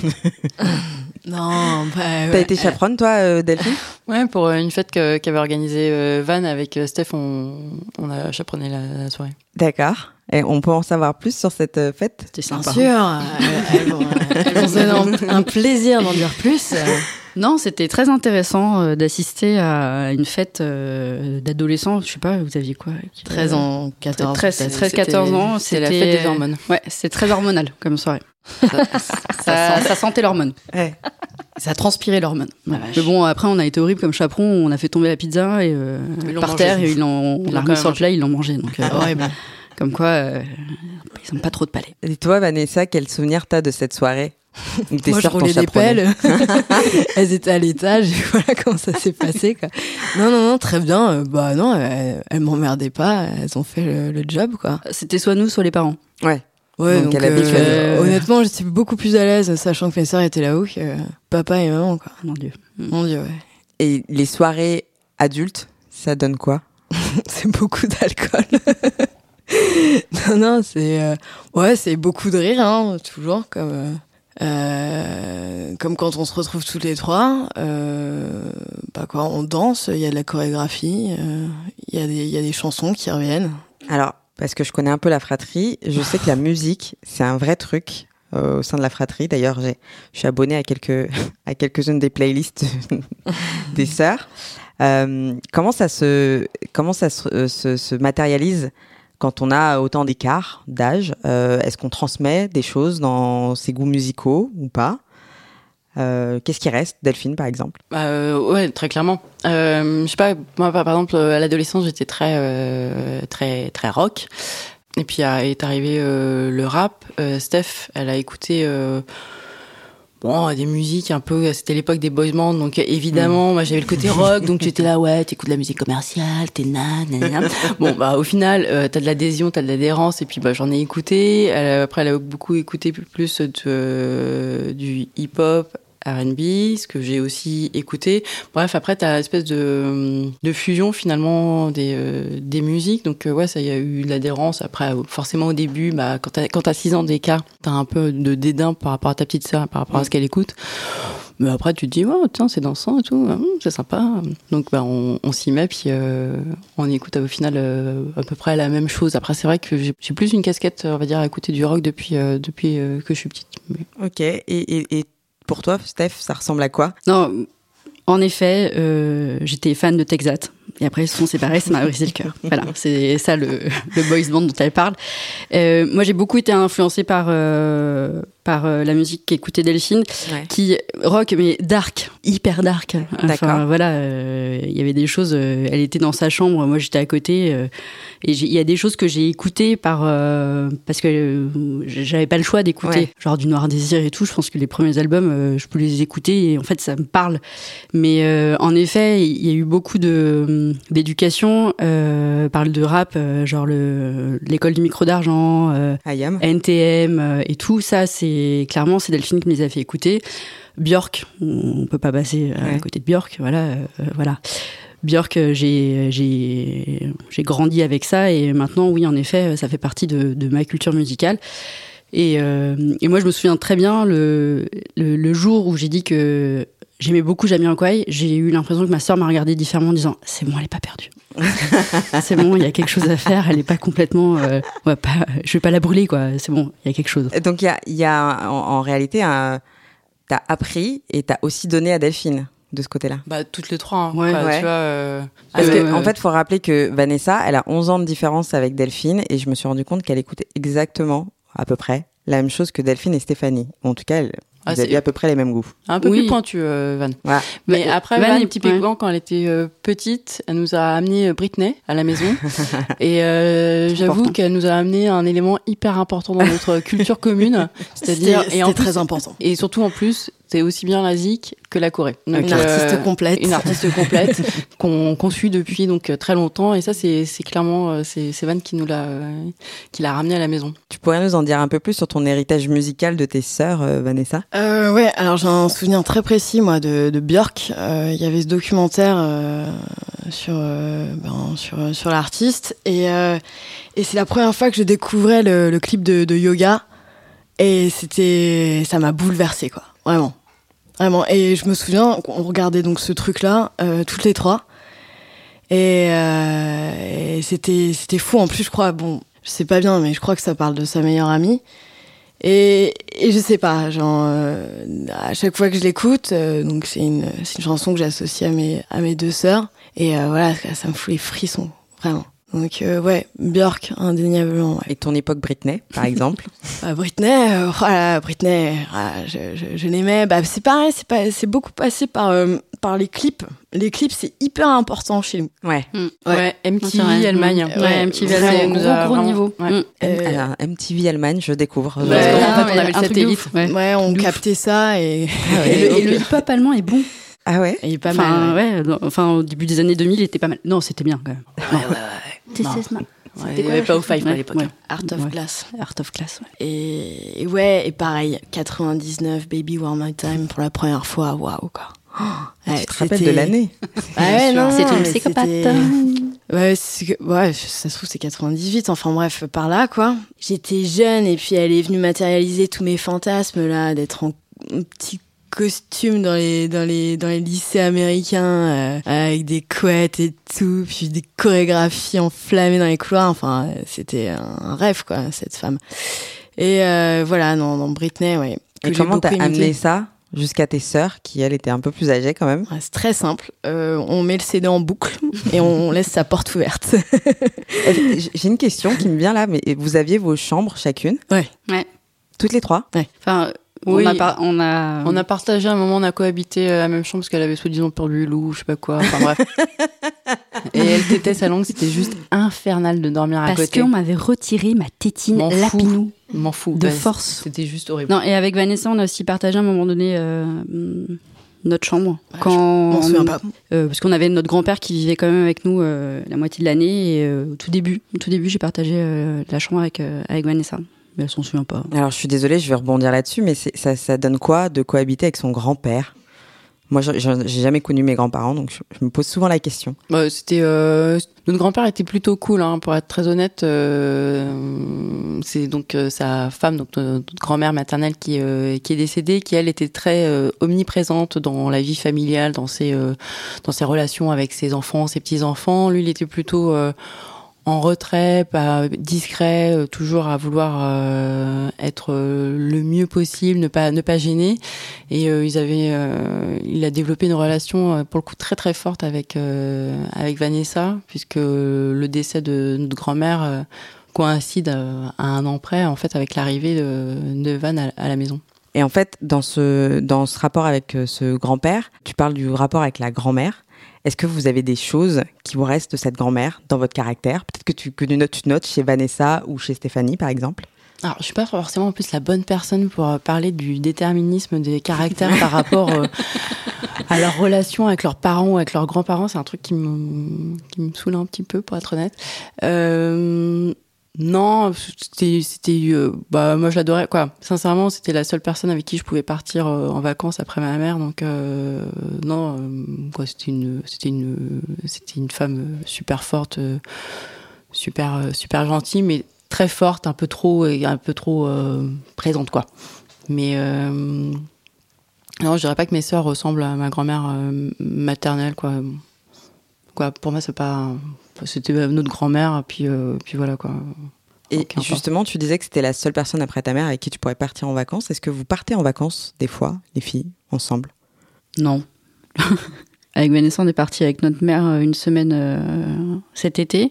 Non, bah, ouais. T'as été chaperonne, toi, euh, Delphine ? Ouais, pour une fête que, qu'avait organisée euh, Van avec euh, Steph, on, on a chaperonné la, la soirée. D'accord. Et on peut en savoir plus sur cette euh, fête ? C'était sympa. Bien sûr. Elles vont donner un, un plaisir d'en dire plus. Non, c'était très intéressant euh, d'assister à une fête euh, d'adolescents. Je sais pas, vous aviez quoi ? treize ans, quatorze. treize, quatorze ans. C'était la fête des hormones. Ouais, c'était très hormonal comme soirée. Ça, ça, ça sentait l'hormone. Ouais. Ça transpirait l'hormone. Voilà. Mais bon, après, on a été horrible comme chaperon. On a fait tomber la pizza et, euh, par terre et ils l'ont, on l'a remis sur le plat, ils l'ont mangé. Donc, euh, horrible. Comme quoi, euh, ils n'ont pas trop de palais. Et toi, Vanessa, quel souvenir t'as de cette soirée ? Moi, je roulais des pelles. Elles étaient à l'étage. Et voilà comment ça s'est passé, quoi. Non, non, non, très bien. Euh, bah non, elles, elles m'emmerdaient pas. Elles ont fait le, le job, quoi. C'était soit nous, soit les parents. Ouais. Ouais, donc, donc euh, euh, honnêtement, j'étais beaucoup plus à l'aise, sachant que mes sœurs étaient là-haut que papa et maman, quoi. Mon Dieu. Mon Dieu, ouais. Et les soirées adultes, ça donne quoi ? C'est beaucoup d'alcool. non, non, c'est... Euh, ouais, c'est beaucoup de rire, hein, toujours, comme... Euh, euh, comme quand on se retrouve tous les trois. Euh, bah quoi, on danse, il y a de la chorégraphie, il euh, y, y a des chansons qui reviennent. Alors, parce que je connais un peu la fratrie, je sais que la musique, c'est un vrai truc euh, au sein de la fratrie. D'ailleurs, j'ai, je suis abonnée à quelques à quelques-unes des playlists des sœurs. Euh, comment ça se comment ça se, euh, se, se matérialise quand on a autant d'écart d'âge? euh, Est-ce qu'on transmet des choses dans ses goûts musicaux ou pas? Euh, qu'est-ce qui reste, Delphine, par exemple? euh, Ouais, très clairement. Euh, je sais pas, moi, par exemple, à l'adolescence, j'étais très, euh, très, très rock. Et puis est arrivé euh, le rap. Euh, Steph, elle a écouté euh, bon des musiques un peu. C'était l'époque des boys bands, donc évidemment, mmh. moi j'avais le côté rock, donc j'étais là, ouais, t'écoutes de la musique commerciale, t'es nan, nan, nan. Bon, bah au final, euh, t'as de l'adhésion, t'as de l'adhérence, et puis bah j'en ai écouté. Elle, après, elle a beaucoup écouté plus de euh, du hip-hop, R and B, ce que j'ai aussi écouté. Bref, après, t'as une espèce de, de fusion, finalement, des, euh, des musiques. Donc, euh, ouais, ça y a eu de l'adhérence. Après, forcément, au début, bah, quand t'as, quand t'as six ans d'écart, t'as un peu de dédain par rapport à ta petite sœur, par rapport à ce qu'elle écoute. Mais après, tu te dis, oh, tiens, c'est dansant et tout, hum, c'est sympa. Donc, bah, on, on s'y met, puis euh, on écoute au final euh, à peu près la même chose. Après, c'est vrai que j'ai, j'ai plus une casquette, on va dire, à écouter du rock depuis, euh, depuis euh, que je suis petite. Mais... Ok, et, et, et pour toi, Steph, ça ressemble à quoi? Non, en effet, euh, j'étais fan de Texat. Et après, ils se sont séparés, ça m'a brisé le cœur. Voilà, c'est ça le, le boys band dont elle parle. Euh, moi, j'ai beaucoup été influencée par, euh, par euh, la musique qu'écoutait Delphine, ouais. qui rock, mais dark, hyper dark. Enfin, D'accord. Voilà, il euh, y avait des choses, euh, elle était dans sa chambre, moi j'étais à côté, euh, et il y a des choses que j'ai écoutées par, euh, parce que euh, j'avais pas le choix d'écouter, ouais. genre du Noir Désir et tout. Je pense que les premiers albums, euh, je pouvais les écouter et en fait, ça me parle. Mais euh, en effet, il y a eu beaucoup de d'éducation, euh, parle de rap, euh, genre le l'école du micro d'argent, euh, N T M euh, et tout ça, c'est clairement c'est Delphine qui me les a fait écouter. Björk, on peut pas passer à ouais. côté de Björk, voilà, euh, voilà. Björk, j'ai j'ai j'ai grandi avec ça et maintenant oui en effet ça fait partie de de ma culture musicale. Et euh, et moi je me souviens très bien le le, le jour où j'ai dit que j'aimais beaucoup Jamiroquai, j'ai eu l'impression que ma sœur m'a regardé différemment en disant « C'est bon, elle est pas perdue. C'est bon, il y a quelque chose à faire, elle est pas complètement... Euh, on va pas, je vais pas la brûler, quoi. C'est bon, il y a quelque chose. » Donc, il y a, y a en, en réalité, un, t'as appris et t'as aussi donné à Delphine de ce côté-là. Bah, toutes les trois. Hein. Ouais, enfin, ouais. Tu vois, euh... Parce euh, qu'en en fait, il faut rappeler que Vanessa, elle a onze ans de différence avec Delphine et je me suis rendu compte qu'elle écoutait exactement, à peu près, la même chose que Delphine et Stéphanie. En tout cas, elles, Ah, vous c'est- aviez à peu près les mêmes goûts. Un peu Oui. plus pointu, euh, Van. Voilà. Mais Bah, après, Van, Van, typiquement, ouais. quand elle était euh, petite, elle nous a amené Britney à la maison. Et euh, j'avoue important. qu'elle nous a amené un élément hyper important dans notre culture commune. C'est-à-dire, C'était et en c'était plus, très important. et surtout en plus, c'est aussi bien la zik que la Corée. Donc, Une euh, artiste complète. Une artiste complète qu'on qu'on suit depuis donc très longtemps. Et ça, c'est c'est clairement euh, c'est c'est Van qui nous l'a euh, qui l'a ramené à la maison. Tu pourrais nous en dire un peu plus sur ton héritage musical de tes sœurs, euh, Vanessa? Euh, ouais, alors j'ai un souvenir très précis, moi, de, de Björk. Euh, Il y avait ce documentaire euh, sur, euh, ben, sur, sur l'artiste. Et, euh, et c'est la première fois que je découvrais le, le clip de, de Yoga. Et c'était, ça m'a bouleversée, quoi. Vraiment. Vraiment. Et je me souviens qu'on regardait donc ce truc-là, euh, toutes les trois. Et, euh, et c'était, c'était fou. En plus, je crois, bon, je sais pas bien, mais je crois que ça parle de sa meilleure amie. Et, et je sais pas, genre, euh, à chaque fois que je l'écoute, euh, donc c'est une, c'est une chanson que j'associe à mes, à mes deux sœurs. Et euh, voilà, ça me fout les frissons, vraiment. Donc euh, ouais, Björk, indéniablement. Ouais. Et ton époque Britney, par exemple? Bah, Britney, euh, voilà, Britney, ah, je, je, je l'aimais. Bah, c'est pareil, c'est, pas, c'est beaucoup passé par, euh, par les clips. Les clips, c'est hyper important chez nous. Ouais. Ouais, Ouais. M Non, T c'est vrai. V Allemagne. Ouais, Ouais, M T V vraiment, Allemagne, nous gros, a gros vraiment- niveau. ouais. Mm. M- Euh, alors, M T V Allemagne, je découvre. Parce Euh, qu'en Ah, fait, on ouais, avait le un truc de satellite. ouf, ouais. Ouais, on captait ça et, Et le, et le hip-hop allemand est bon. Ah ouais? il est pas Enfin, mal. ouais. ouais, non, enfin, au début des années deux mille, il était pas mal. Non, c'était bien quand même. Ouais, ouais, ouais. This Non. is my- Ouais, C'était il y quoi, avait la pas au chanson Five à Ouais, l'époque. ouais. Art of Ouais. Glass. Art of Class, ouais. Et, et ouais, et pareil, quatre-vingt-dix-neuf, Baby One More Time pour la première fois, waouh, quoi. Oh, ouais, Tu te rappelles c'était- de l'année? Ah ouais, non, C'est non, une mais psychopathe. c'était- Ouais, c'est que- ouais, ça se trouve, c'est quatre-vingt-dix-huit, enfin bref, par là, quoi. J'étais jeune, et puis elle est venue matérialiser tous mes fantasmes, là, d'être en petit costume dans les, dans les, dans les lycées américains, euh, avec des couettes et tout, puis des chorégraphies enflammées dans les couloirs, enfin, c'était un rêve, quoi, cette femme. Et euh, voilà, non, non, Britney, ouais. que Et j'ai comment beaucoup t'as imité. amené ça jusqu'à tes sœurs, qui elles étaient un peu plus âgées quand même? Ouais, c'est très simple. Euh, on met le C D en boucle et on laisse sa porte ouverte. J'ai une question qui me vient là, mais vous aviez vos chambres chacune? Ouais. Ouais. Toutes les trois? Enfin, Oui. on a, par- on a, On a partagé un moment, on a cohabité euh, la même chambre parce qu'elle avait soi-disant perdu le loup, je sais pas quoi. Enfin bref. Et elle tétait sa langue, c'était juste infernal de dormir à parce côté. qu'on m'avait retiré ma tétine M'en fous. lapinou Je m'en fous. de Ouais, force. C'était juste horrible. Non, et avec Vanessa, on a aussi partagé à un moment donné euh, hum, notre chambre. Ouais, quand Je m'en souviens pas. euh, parce qu'on avait notre grand-père qui vivait quand même avec nous euh, la moitié de l'année. Et euh, au tout début, au tout début, j'ai partagé euh, la chambre avec, euh, avec Vanessa. Mais elle s'en souvient pas. Alors, je suis désolée, je vais rebondir là-dessus, mais c'est- ça, ça donne quoi de cohabiter avec son grand-père? Moi, je- je- j'ai jamais connu mes grands-parents, donc je, je me pose souvent la question. Bah, c'était euh, notre grand-père était plutôt cool, hein, pour être très honnête. Euh, c'est donc euh, sa femme, donc euh, notre grand-mère maternelle, qui euh, qui est décédée, qui elle était très euh, omniprésente dans la vie familiale, dans ses euh, dans ses relations avec ses enfants, ses petits enfants. Lui, il était plutôt euh, en retrait, pas discret, euh, toujours à vouloir euh, être euh, le mieux possible, ne pas ne pas gêner. Et euh, ils avaient, euh, il a développé une relation euh, pour le coup très très forte avec euh, avec Vanessa, puisque le décès de notre grand-mère euh, coïncide euh, à un an près en fait avec l'arrivée de, de Van à, à la maison. Et en fait, dans ce, dans ce rapport avec euh, ce grand-père, tu parles du rapport avec la grand-mère. Est-ce que vous avez des choses qui vous restent de cette grand-mère dans votre caractère? Peut-être que tu, que tu notes, tu notes chez Vanessa ou chez Stéphanie, par exemple? Alors, je suis pas forcément en plus la bonne personne pour euh, parler du déterminisme des caractères par rapport euh, à leur relation avec leurs parents ou avec leurs grands-parents. C'est un truc qui me, qui me saoule un petit peu, pour être honnête. Euh, non, c'était, c'était, euh, bah, moi je l'adorais, quoi. Sincèrement, c'était la seule personne avec qui je pouvais partir euh, en vacances après ma mère. Donc, euh, non, euh, quoi, c'était une, c'était une, c'était une femme super forte, euh, super, euh, super gentille, mais très forte, un peu trop, un peu trop euh, présente, quoi. Mais euh, non, je dirais pas que mes sœurs ressemblent à ma grand-mère euh, maternelle, quoi. Quoi, pour moi, c'est pas, c'était notre grand-mère, puis euh, puis voilà, quoi. Et Aucun justement, tu disais que c'était la seule personne après ta mère avec qui tu pourrais partir en vacances. Est-ce que vous partez en vacances des fois, les filles, ensemble? Non. Avec Vanessa, on est parti avec notre mère euh, une semaine euh, cet été.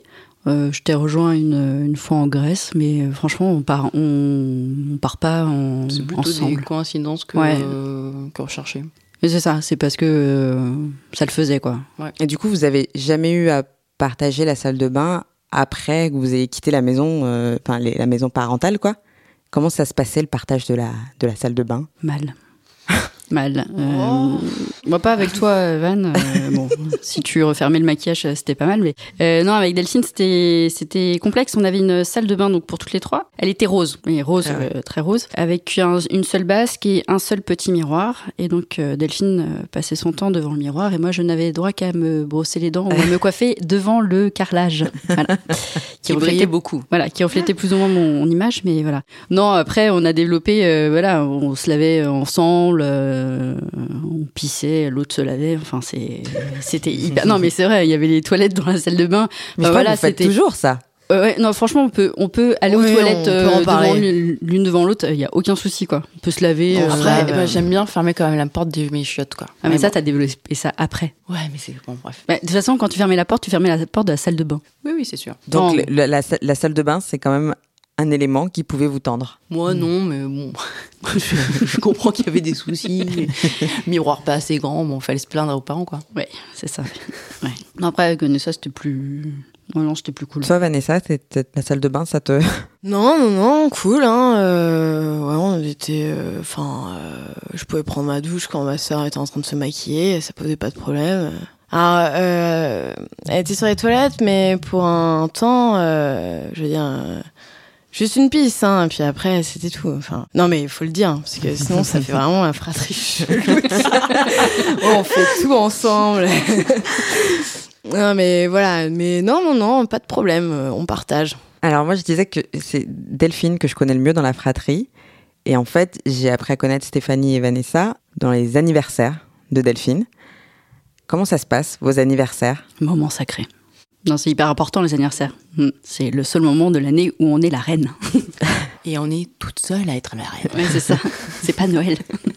Euh, je t'ai rejoint une, une fois en Grèce, mais euh, franchement, on part, on, on part pas en, C'est plutôt ensemble. des coïncidences que, Ouais. euh, que recherchées. Mais c'est ça, c'est parce que euh, ça le faisait, quoi. Et du coup, vous avez jamais eu à partager la salle de bain après que vous ayez quitté la maison, enfin euh, la maison parentale, quoi. Comment ça se passait le partage de la de la salle de bain? Mal. Mal. Euh, oh. Moi, pas avec toi, Van. Euh, bon, si tu refermais le maquillage, c'était pas mal. Mais euh, non, avec Delphine, c'était c'était complexe. On avait une salle de bain donc pour toutes les trois. Elle était rose, mais rose, ah ouais. euh, très rose, avec un, une seule basque et un seul petit miroir. Et donc euh, Delphine euh, passait son temps devant le miroir et moi, je n'avais droit qu'à me brosser les dents ou à me coiffer devant le carrelage, voilà, qui, qui reflétait beaucoup. Voilà, qui reflétait plus ou moins mon, mon image, mais voilà. Non, après, on a développé, euh, voilà, on se lavait ensemble. Euh, Euh, on pissait, l'autre se lavait, enfin c'est, c'était hyper... Non mais c'est vrai, il y avait les toilettes dans la salle de bain. Mais enfin, voilà, vous faites c'était... toujours ça. Euh, ouais, non, franchement, on peut, on peut aller oui, aux toilettes euh, devant l'une, l'une devant l'autre, il n'y a aucun souci, quoi. On peut se laver. Oh, euh, après, euh, bah, j'aime bien fermer quand même la porte de mes chiottes, quoi. Ah, mais, mais ça, bon. T'as développé ça après. Ouais, mais c'est bon, bref. Bah, de toute façon, quand tu fermais la porte, tu fermais la porte de la salle de bain. Oui, oui, c'est sûr. Donc, le, la, la, la salle de bain, c'est quand même un élément qui pouvait vous tendre. Moi, non, mais bon, je, je comprends qu'il y avait des soucis. Miroir pas assez grand, bon, fallait se plaindre aux parents, quoi. Ouais, c'est ça. Ouais. Non, après, avec Vanessa, c'était plus... Non, non, c'était plus cool. Toi, Vanessa, c'était la salle de bain, ça te... Non, non, non, cool, hein. Euh, ouais, on était... Enfin, euh, euh, je pouvais prendre ma douche quand ma sœur était en train de se maquiller, ça posait pas de problème. Alors, euh, elle était sur les toilettes, mais pour un temps, euh, je veux dire... Euh, juste une pisse, hein, puis après, c'était tout. Enfin, non, mais il faut le dire, parce que sinon, ça fait vraiment un fratrie chelou. On fait tout ensemble. Non, mais voilà. Mais non, non, non, pas de problème. On partage. Alors, moi, je disais que c'est Delphine que je connais le mieux dans la fratrie. Et en fait, j'ai appris à connaître Stéphanie et Vanessa dans les anniversaires de Delphine. Comment ça se passe, vos anniversaires? Moment sacré. Non, c'est hyper important, les anniversaires. C'est le seul moment de l'année où on est la reine. Et on est toute seule à être la reine. Ouais, c'est ça. C'est pas Noël.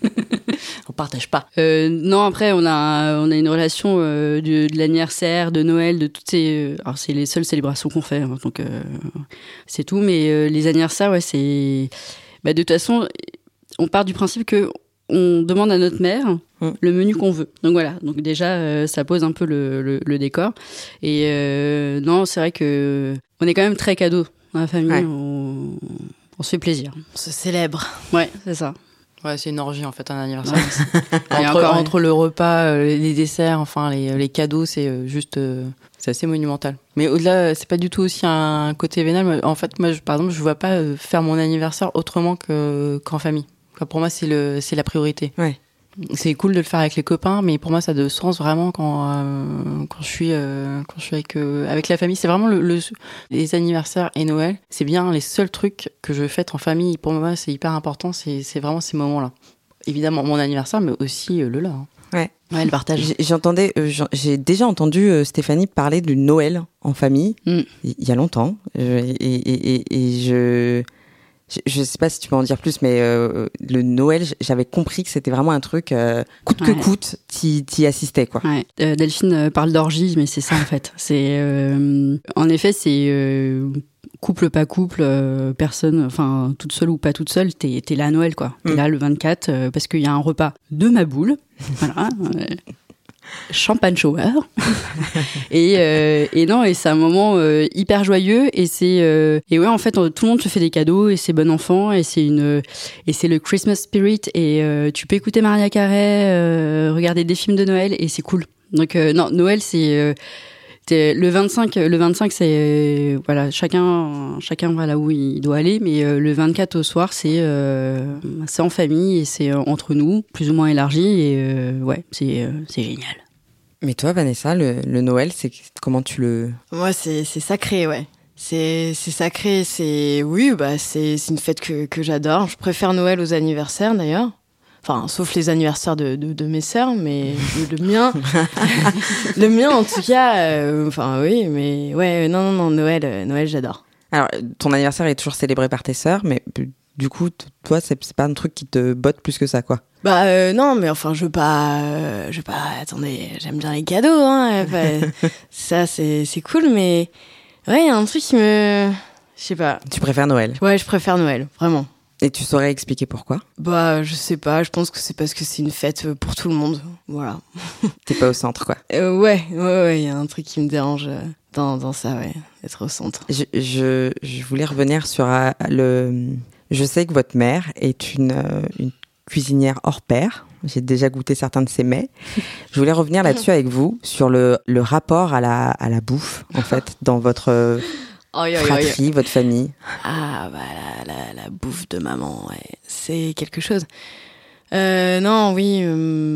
On partage pas. Euh, non, après, on a, on a une relation euh, de, de l'anniversaire, de Noël, de toutes ces... Euh, alors, c'est les seules célébrations qu'on fait, hein, donc euh, c'est tout. Mais euh, les anniversaires, ouais, c'est... Bah, de toute façon, on part du principe que on demande à notre mère mmh. le menu qu'on veut. Donc voilà, donc déjà, euh, ça pose un peu le, le, le décor. Et euh, non, c'est vrai que on est quand même très cadeau dans la famille. Ouais. On, on se fait plaisir. On se célèbre. Ouais, c'est ça. Ouais, c'est une orgie en fait, un anniversaire. entre, encore, entre ouais. le repas, euh, les desserts, enfin les, les cadeaux, c'est euh, juste, euh, c'est assez monumental. Mais au-delà, c'est pas du tout aussi un côté vénal. En fait, moi, je, par exemple, je vois pas euh, faire mon anniversaire autrement que, qu'en famille. Pour moi, c'est, le, c'est la priorité. Ouais. C'est cool de le faire avec les copains, mais pour moi, ça a de sens vraiment quand, euh, quand je suis, euh, quand je suis avec, euh, avec la famille. C'est vraiment le, le, les anniversaires et Noël. C'est bien les seuls trucs que je fête en famille. Pour moi, c'est hyper important. C'est, c'est vraiment ces moments-là. Évidemment, mon anniversaire, mais aussi euh, le leur. Hein. Ouais. Ouais, le partage. J'ai, j'entendais, euh, j'ai déjà entendu euh, Stéphanie parler du Noël en famille mm. il y a longtemps. Euh, et, et, et, et je... Je ne sais pas si tu peux en dire plus, mais euh, le Noël, j'avais compris que c'était vraiment un truc, euh, coûte ouais. que coûte, t'y, t'y assistais, quoi. Ouais. Euh, Delphine parle d'orgie, mais c'est ça, en fait. C'est, euh, en effet, c'est euh, couple, pas couple, euh, personne, enfin, toute seule ou pas toute seule, t'es, t'es là à Noël, quoi. T'es mm. là le vingt-quatre, euh, parce qu'il y a un repas de ma boule, voilà. Euh, champagne shower et euh, et non et c'est un moment euh, hyper joyeux et c'est euh, et ouais en fait tout le monde se fait des cadeaux et c'est bon enfant et c'est une et c'est le Christmas spirit et euh, tu peux écouter Mariah Carey, euh, regarder des films de Noël et c'est cool. Donc euh, non, Noël c'est euh, le vingt-cinq, le vingt-cinq c'est euh, voilà, chacun chacun va là où il doit aller, mais euh, le vingt-quatre au soir c'est euh, c'est en famille et c'est euh, entre nous, plus ou moins élargi et euh, ouais, c'est euh, c'est génial. Mais toi, Vanessa, le, le Noël, c'est comment tu le... Moi, c'est c'est sacré, ouais. C'est c'est sacré, c'est oui, bah c'est c'est une fête que que j'adore. Je préfère Noël aux anniversaires d'ailleurs. Enfin, sauf les anniversaires de, de, de mes sœurs, mais le, le mien, le mien en tout cas, euh, enfin oui, mais ouais, non, non, non, Noël, euh, Noël, j'adore. Alors, ton anniversaire est toujours célébré par tes sœurs, mais du coup, t- toi, c'est, c'est pas un truc qui te botte plus que ça, quoi. Bah euh, non, mais enfin, je veux pas, euh, je veux pas. Attendez, j'aime bien les cadeaux, hein. Enfin, ça, c'est c'est cool, mais Ouais, il y a un truc qui me... Je sais pas. Tu préfères Noël? Ouais, je préfère Noël, vraiment. Et tu saurais expliquer pourquoi? Bah, je sais pas, je pense que c'est parce que c'est une fête pour tout le monde, voilà. T'es pas au centre, quoi. Euh, ouais, ouais, ouais, il y a un truc qui me dérange dans, dans ça, ouais, être au centre. Je, je, je voulais revenir sur euh, le... Je sais que votre mère est une, euh, une cuisinière hors pair. J'ai déjà goûté certains de ses mets. Je voulais revenir là-dessus avec vous, sur le, le rapport à la, à la bouffe, en fait, dans votre euh, oh, yo, fratrie, yo, yo. votre famille. Ah, bah, la, la, la bouffe de maman, ouais, c'est quelque chose. Euh, non, oui, euh,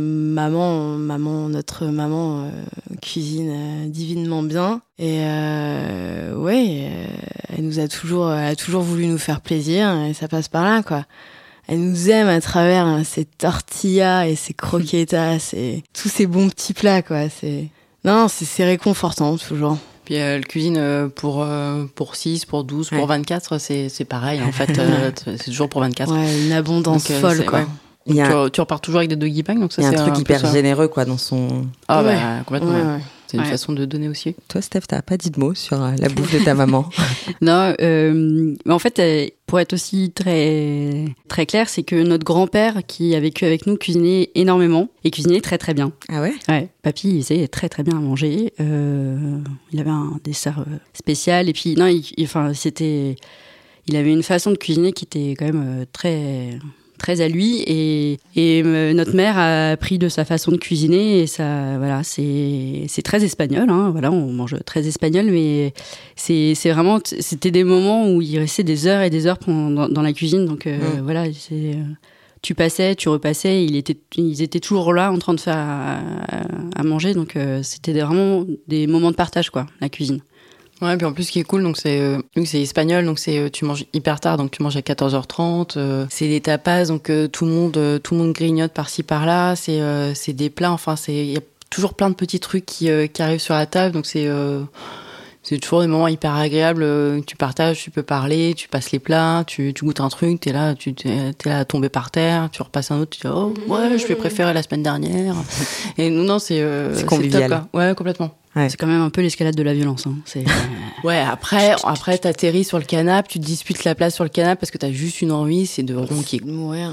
maman, maman, notre maman euh, cuisine euh, divinement bien. Et euh, ouais, euh, elle nous a toujours, elle a toujours voulu nous faire plaisir, et ça passe par là, quoi. Elle nous aime à travers hein, ses tortillas et ses croquetas, et tous ces bons petits plats, quoi. C'est non, c'est, c'est réconfortant toujours. Puis euh, elle cuisine euh, pour euh, pour six, pour douze, pour ouais. vingt-quatre, c'est c'est pareil en fait, euh, c'est toujours pour vingt-quatre. Ouais, une abondance donc, euh, folle, quoi. Ouais. Donc, un... tu, tu repars toujours avec des doggy bags, donc ça il y a c'est un truc un hyper ça. généreux, quoi, dans son. Ah ouais. bah complètement. Ouais, ouais. ouais. C'est une ouais. façon de donner aussi. Toi, Steph, t'as pas dit de mots sur euh, la bouffe de ta maman? Non, euh, en fait, euh, pour être aussi très très clair, c'est que notre grand-père qui a vécu avec nous cuisinait énormément et cuisinait très très bien. Ah ouais? Ouais. Papy, il faisait très très bien à manger. Euh, il avait un dessert spécial et puis non, il, il, enfin c'était, il avait une façon de cuisiner qui était quand même très très à lui et, et notre mère a pris de sa façon de cuisiner et ça voilà c'est c'est très espagnol hein, voilà on mange très espagnol mais c'est c'est vraiment c'était des moments où il restait des heures et des heures dans, dans la cuisine donc euh, mmh. voilà c'est tu passais tu repassais il était ils étaient toujours là en train de faire à, à manger donc euh, c'était vraiment des moments de partage quoi la cuisine. Ouais, puis en plus, ce qui est cool, donc c'est, euh, c'est espagnol, donc c'est, tu manges hyper tard, donc tu manges à quatorze heures trente, euh, c'est des tapas, donc euh, tout le monde, euh, tout le monde grignote par-ci par-là, c'est, euh, c'est des plats, enfin, c'est, il y a toujours plein de petits trucs qui, euh, qui arrivent sur la table, donc c'est, euh, c'est toujours des moments hyper agréables, euh, tu partages, tu peux parler, tu passes les plats, tu, tu goûtes un truc, t'es là, tu, t'es, t'es là à tomber par terre, tu repasses un autre, tu dis, oh, ouais, je vais préférer la semaine dernière. Et non, non, c'est, euh, c'est convivial. C'est top, quoi. Ouais, complètement. Ouais. C'est quand même un peu l'escalade de la violence. Hein. C'est... ouais, après, après t'atterris sur le canapé, tu te disputes la place sur le canapé parce que t'as juste une envie, c'est de ronquer. Ouais,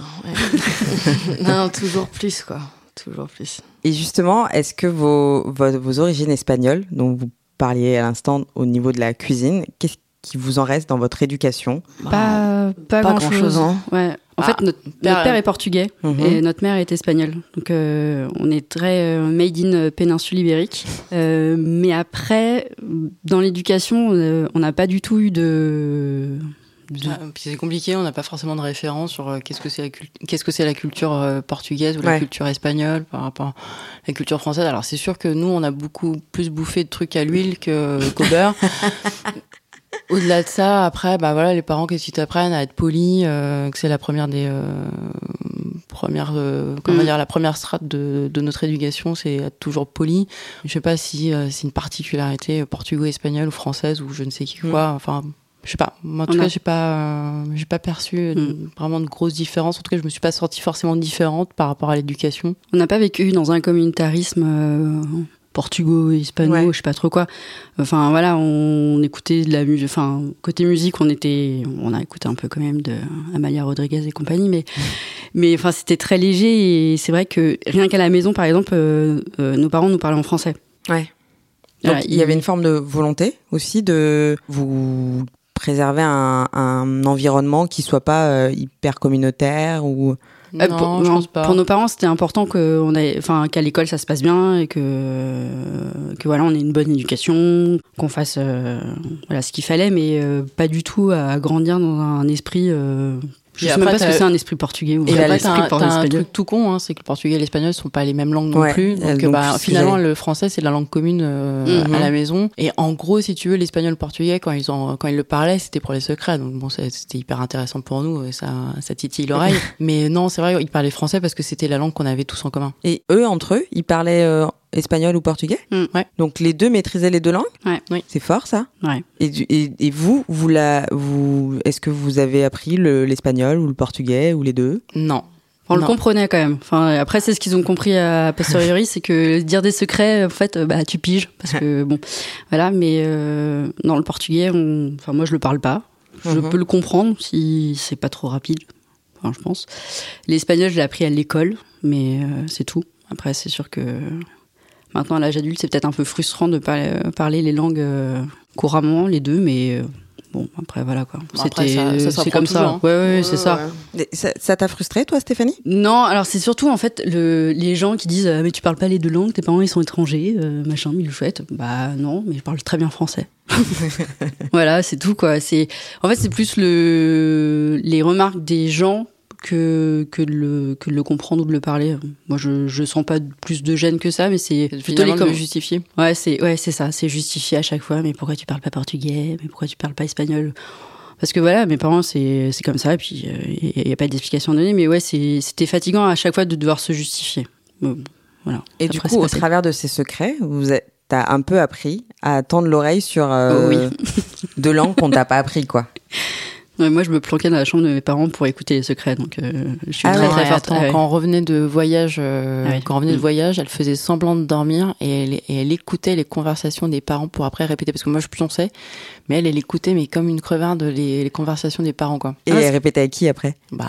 ouais. Non, toujours plus, quoi. Toujours plus. Et justement, est-ce que vos, vos, vos origines espagnoles, dont vous parliez à l'instant au niveau de la cuisine, qu'est-ce qui vous en reste dans votre éducation? Pas, pas, pas grand-chose. grand-chose hein. Ouais. En ah, fait, notre père, notre père est portugais mm-hmm. et notre mère est espagnole. Donc, euh, on est très euh, made in péninsule ibérique. Euh, mais après, dans l'éducation, euh, on n'a pas du tout eu de... de... Ah, puis c'est compliqué, on n'a pas forcément de référence sur euh, qu'est-ce que c'est la, cul... qu'est-ce que c'est la culture euh, portugaise ou ouais. la culture espagnole par rapport à la culture française. Alors, c'est sûr que nous, on a beaucoup plus bouffé de trucs à l'huile que, qu'au beurre. Au-delà de ça, après, bah voilà, les parents qu'est-ce qu'ils t'apprennent à être polis, euh, que c'est la première des euh, premières, euh, comment mmh. dire, la première strate de, de notre éducation, c'est être toujours poli. Je sais pas si euh, c'est une particularité portugo-espagnole ou française ou je ne sais qui quoi. Mmh. Enfin, je sais pas. En tout On cas, a... j'ai pas, euh, j'ai pas perçu mmh. vraiment de grosses différences. En tout cas, je me suis pas sentie forcément différente par rapport à l'éducation. On n'a pas vécu dans un communautarisme. Euh... portugo, hispano, ouais. je sais pas trop quoi. Enfin voilà, on, on écoutait de la musique. Enfin côté musique, on était, on a écouté un peu quand même de Amalia Rodriguez et compagnie, mais mmh. mais enfin c'était très léger et c'est vrai que rien qu'à la maison, par exemple, euh, euh, nos parents nous parlaient en français. Ouais. Donc il y avait une forme de volonté aussi de vous préserver un, un environnement qui soit pas euh, hyper communautaire ou. Non, euh, pour, je pense pas. Pour nos parents, c'était important que on ait, enfin, qu'à l'école ça se passe bien et que, que voilà, on ait une bonne éducation, qu'on fasse euh, voilà ce qu'il fallait, mais euh, pas du tout à grandir dans un esprit. Euh, je et sais même pas ce que c'est un esprit portugais ou et un après, esprit t'as, t'as un truc tout con, hein, c'est que le portugais et l'espagnol sont pas les mêmes langues non ouais, plus. Donc, donc bah, finalement, le français c'est la langue commune euh, mm-hmm. à la maison. Et en gros, si tu veux, l'espagnol, le portugais, quand ils en, quand ils le parlaient, c'était pour les secrets. Donc bon, c'était hyper intéressant pour nous, ça, ça titille l'oreille. Mais non, c'est vrai, ils parlaient français parce que c'était la langue qu'on avait tous en commun. Et eux, entre eux, ils parlaient euh, espagnol ou portugais. Mm, ouais. Donc les deux maîtrisaient les deux langues. Ouais. Oui. C'est fort ça. Ouais. Et, et, et vous, vous la, vous, est-ce que vous avez appris le, l'espagnol ou le portugais ou les deux? Non. On Non. le comprenait quand même. Enfin, après, c'est ce qu'ils ont compris à posteriori, c'est que dire des secrets, en fait, bah, tu piges. Parce que, bon, voilà. Mais euh, dans le portugais, on... enfin, moi, je le parle pas. Je Mhm. peux le comprendre si c'est pas trop rapide. Enfin, je pense. L'espagnol, je l'ai appris à l'école, mais euh, c'est tout. Après, c'est sûr que maintenant, à l'âge adulte, c'est peut-être un peu frustrant de parler, parler les langues euh, couramment, les deux, mais... Euh, Bon, après, voilà, quoi. Bon, après, ça- ça c'est s'apprend comme toujours, ça. hein. Ouais, ouais, ouais, c'est ça. Et Ça ça t'a frustré, toi, Stéphanie? Non, alors c'est surtout, en fait, le, les gens qui disent euh, mais tu parles pas les deux langues, tes parents, ils sont étrangers, euh, machin, mille chouette. Bah non, mais je parle très bien français. Voilà, c'est tout, quoi. C'est, en fait, c'est plus le, les remarques des gens que, que, de le, que de le comprendre ou de le parler. Moi, je, je sens pas plus de gêne que ça, mais c'est plutôt les Finalement, de com- le justifier. Ouais, c'est, ouais, c'est ça, c'est justifié à chaque fois. Mais pourquoi tu parles pas portugais? Mais pourquoi tu parles pas espagnol? Parce que voilà, mes parents, c'est, c'est comme ça, et puis il euh, n'y a pas d'explication donnée, mais ouais, c'est, c'était fatigant à chaque fois de devoir se justifier. Bon, voilà. Et Après, du coup, c'est au passé. travers de ces secrets, vous êtes, t'as un peu appris à tendre l'oreille sur euh, Oh oui. deux langues qu'on t'a pas appris, quoi. Ouais, moi, je me planquais dans la chambre de mes parents pour écouter les secrets, donc euh, je suis Ah très ouais, très Ouais, forte. attends, Ouais. quand on revenait de voyage, euh, Ouais. quand on revenait de Mm. voyage, elle faisait semblant de dormir et elle, et elle écoutait les conversations des parents pour après répéter. Parce que moi, je pionçais, mais elle, elle écoutait, mais comme une crevarde, les, les conversations des parents, quoi. Et Ah, elle c'est- répétait à qui après? Bah,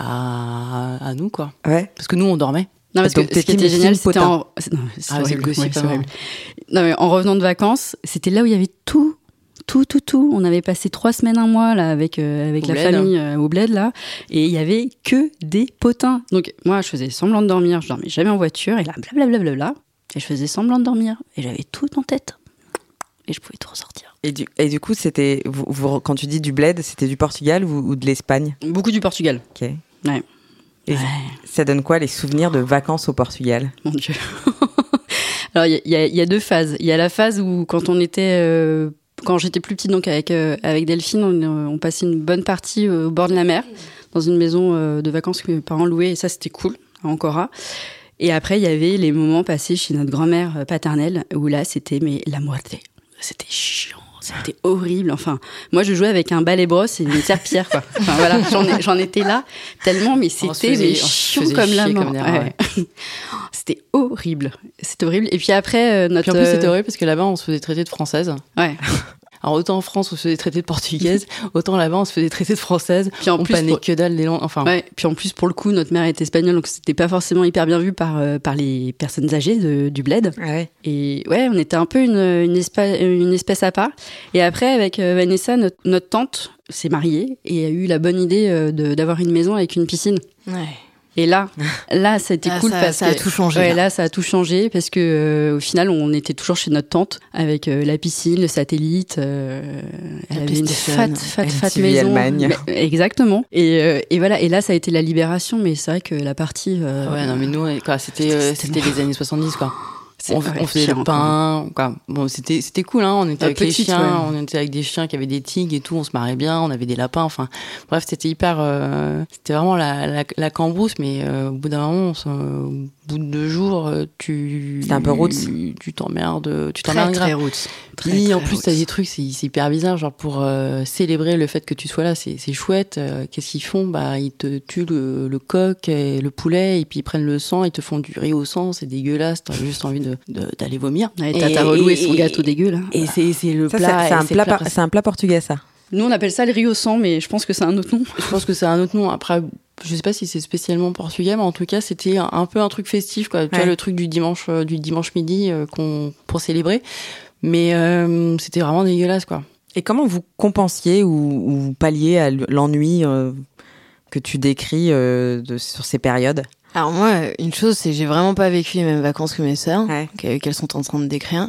à nous, quoi. Ouais. Parce que nous, on dormait. Non, parce Donc, que ce t'es qui était team génial, Potin. c'était en... c'est- non, c'est Ah, c'est horrible, le gossip, ouais, c'est avant. horrible. Non, mais en revenant de vacances, c'était là où il y avait tout, tout, tout, tout. On avait passé trois semaines, un mois là avec euh, avec Au la bled. famille euh, au bled là, et il y avait que des potins. Donc moi, je faisais semblant de dormir, je dormais jamais en voiture, et là, blablabla, bla, bla, bla, et je faisais semblant de dormir, et j'avais tout en tête, et je pouvais tout ressortir. Et du, et du coup, c'était, vous, vous- quand tu dis du bled, c'était du Portugal ou, ou de l'Espagne? Beaucoup du Portugal. Ok. Ouais. Et Ouais. ça donne quoi les souvenirs de vacances au Portugal? Mon Dieu. Alors, il y a, il y a- il y a deux phases. Il y a la phase où, quand on était, euh, quand j'étais plus petite, donc avec euh, avec Delphine, on, euh, on passait une bonne partie euh, au bord de la mer, dans une maison euh, de vacances que mes parents louaient, et ça, c'était cool, à Ancora. Et après, il y avait les moments passés chez notre grand-mère euh, paternelle, où là, c'était mais la muerte. C'était chiant. C'était horrible. Enfin, moi, je jouais avec un balai brosse et une serpillière, quoi. Enfin, voilà, j'en, ai- j'en étais là tellement, mais On se c'était faisait- mais on se chiant faisait comme la chier mort. comme des rats, Ouais. C'était horrible. C'était horrible. Et puis après, euh, notre. Puis en plus, c'était euh, horrible parce que là-bas, on se faisait traiter de française. Ouais. Alors, autant en France, on se faisait traiter de portugaise, autant là-bas, on se faisait traiter de française. Puis en on plus, panait pour- que dalle des langues. Enfin, Ouais. Puis en plus, pour le coup, notre mère était espagnole, donc c'était pas forcément hyper bien vu par euh, par les personnes âgées de- du bled. Ouais. Et ouais, on était un peu une une espèce une espèce à part. Et après, avec euh, Vanessa, notre, notre tante s'est mariée et a eu la bonne idée euh, de, d'avoir une maison avec une piscine. Ouais. Et là, là, c'était Ah, cool ça- parce ça a que tout changé, Ouais, là. là, ça a tout changé parce que euh, au final, on était toujours chez notre tante avec euh, la piscine, le satellite. Euh, elle La avait une PlayStation, fat, fat, M T fat V maison. Allemagne. Mais- exactement. Et, euh, et voilà. Et là, ça a été la libération. Mais c'est vrai que la partie. euh, ouais, non, mais nous, quoi, c'était, euh, C'était c'était les années soixante-dix, quoi. c'est- On, ouais, on faisait pire le encore. pain, quoi. Bon, c'était, c'était cool, hein. On était Ah, avec les petite, chiens, ouais. on était avec des chiens qui avaient des tigres et tout, on se marrait bien, on avait des lapins, enfin. Bref, c'était hyper, euh, c'était vraiment la, la, la cambrousse, mais, euh, au bout d'un moment, on se- au bout de deux jours, euh, tu. C'était un peu roots. Tu t'emmerdes, tu Très, t'emmerdes très grave. roots. Très, Puis en très plus, roots. t'as des trucs, c'est, c'est hyper bizarre, genre pour euh, célébrer le fait que tu sois là, c'est, c'est chouette. Euh, qu'est-ce qu'ils font? Bah, ils te tuent le, le coq et le poulet, et puis ils prennent le sang, ils te font du riz au sang, c'est dégueulasse, t'as juste envie de, de- d'aller vomir. Ouais, Tata Relou et son gâteau dégueu, là. Et c'est, c'est le Ça, plat. c'est, c'est un et c'est plat, le plat par- c'est un plat portugais, ça. Nous, on appelle ça le riz au sang, mais je pense que c'est un autre nom. Je pense que c'est un autre nom. Après, je sais pas si c'est spécialement portugais, mais en tout cas, c'était un, un peu un truc festif, quoi. Tu Ouais. vois, le truc du dimanche, euh, du dimanche midi euh, qu'on, pour célébrer. Mais euh, c'était vraiment dégueulasse, quoi. Et comment vous compensiez ou, ou palliez à l'ennui euh, que tu décris euh, de, sur ces périodes? Alors moi, une chose, c'est que j'ai vraiment pas vécu les mêmes vacances que mes sœurs, Ouais. que- qu'elles sont en train de décrire.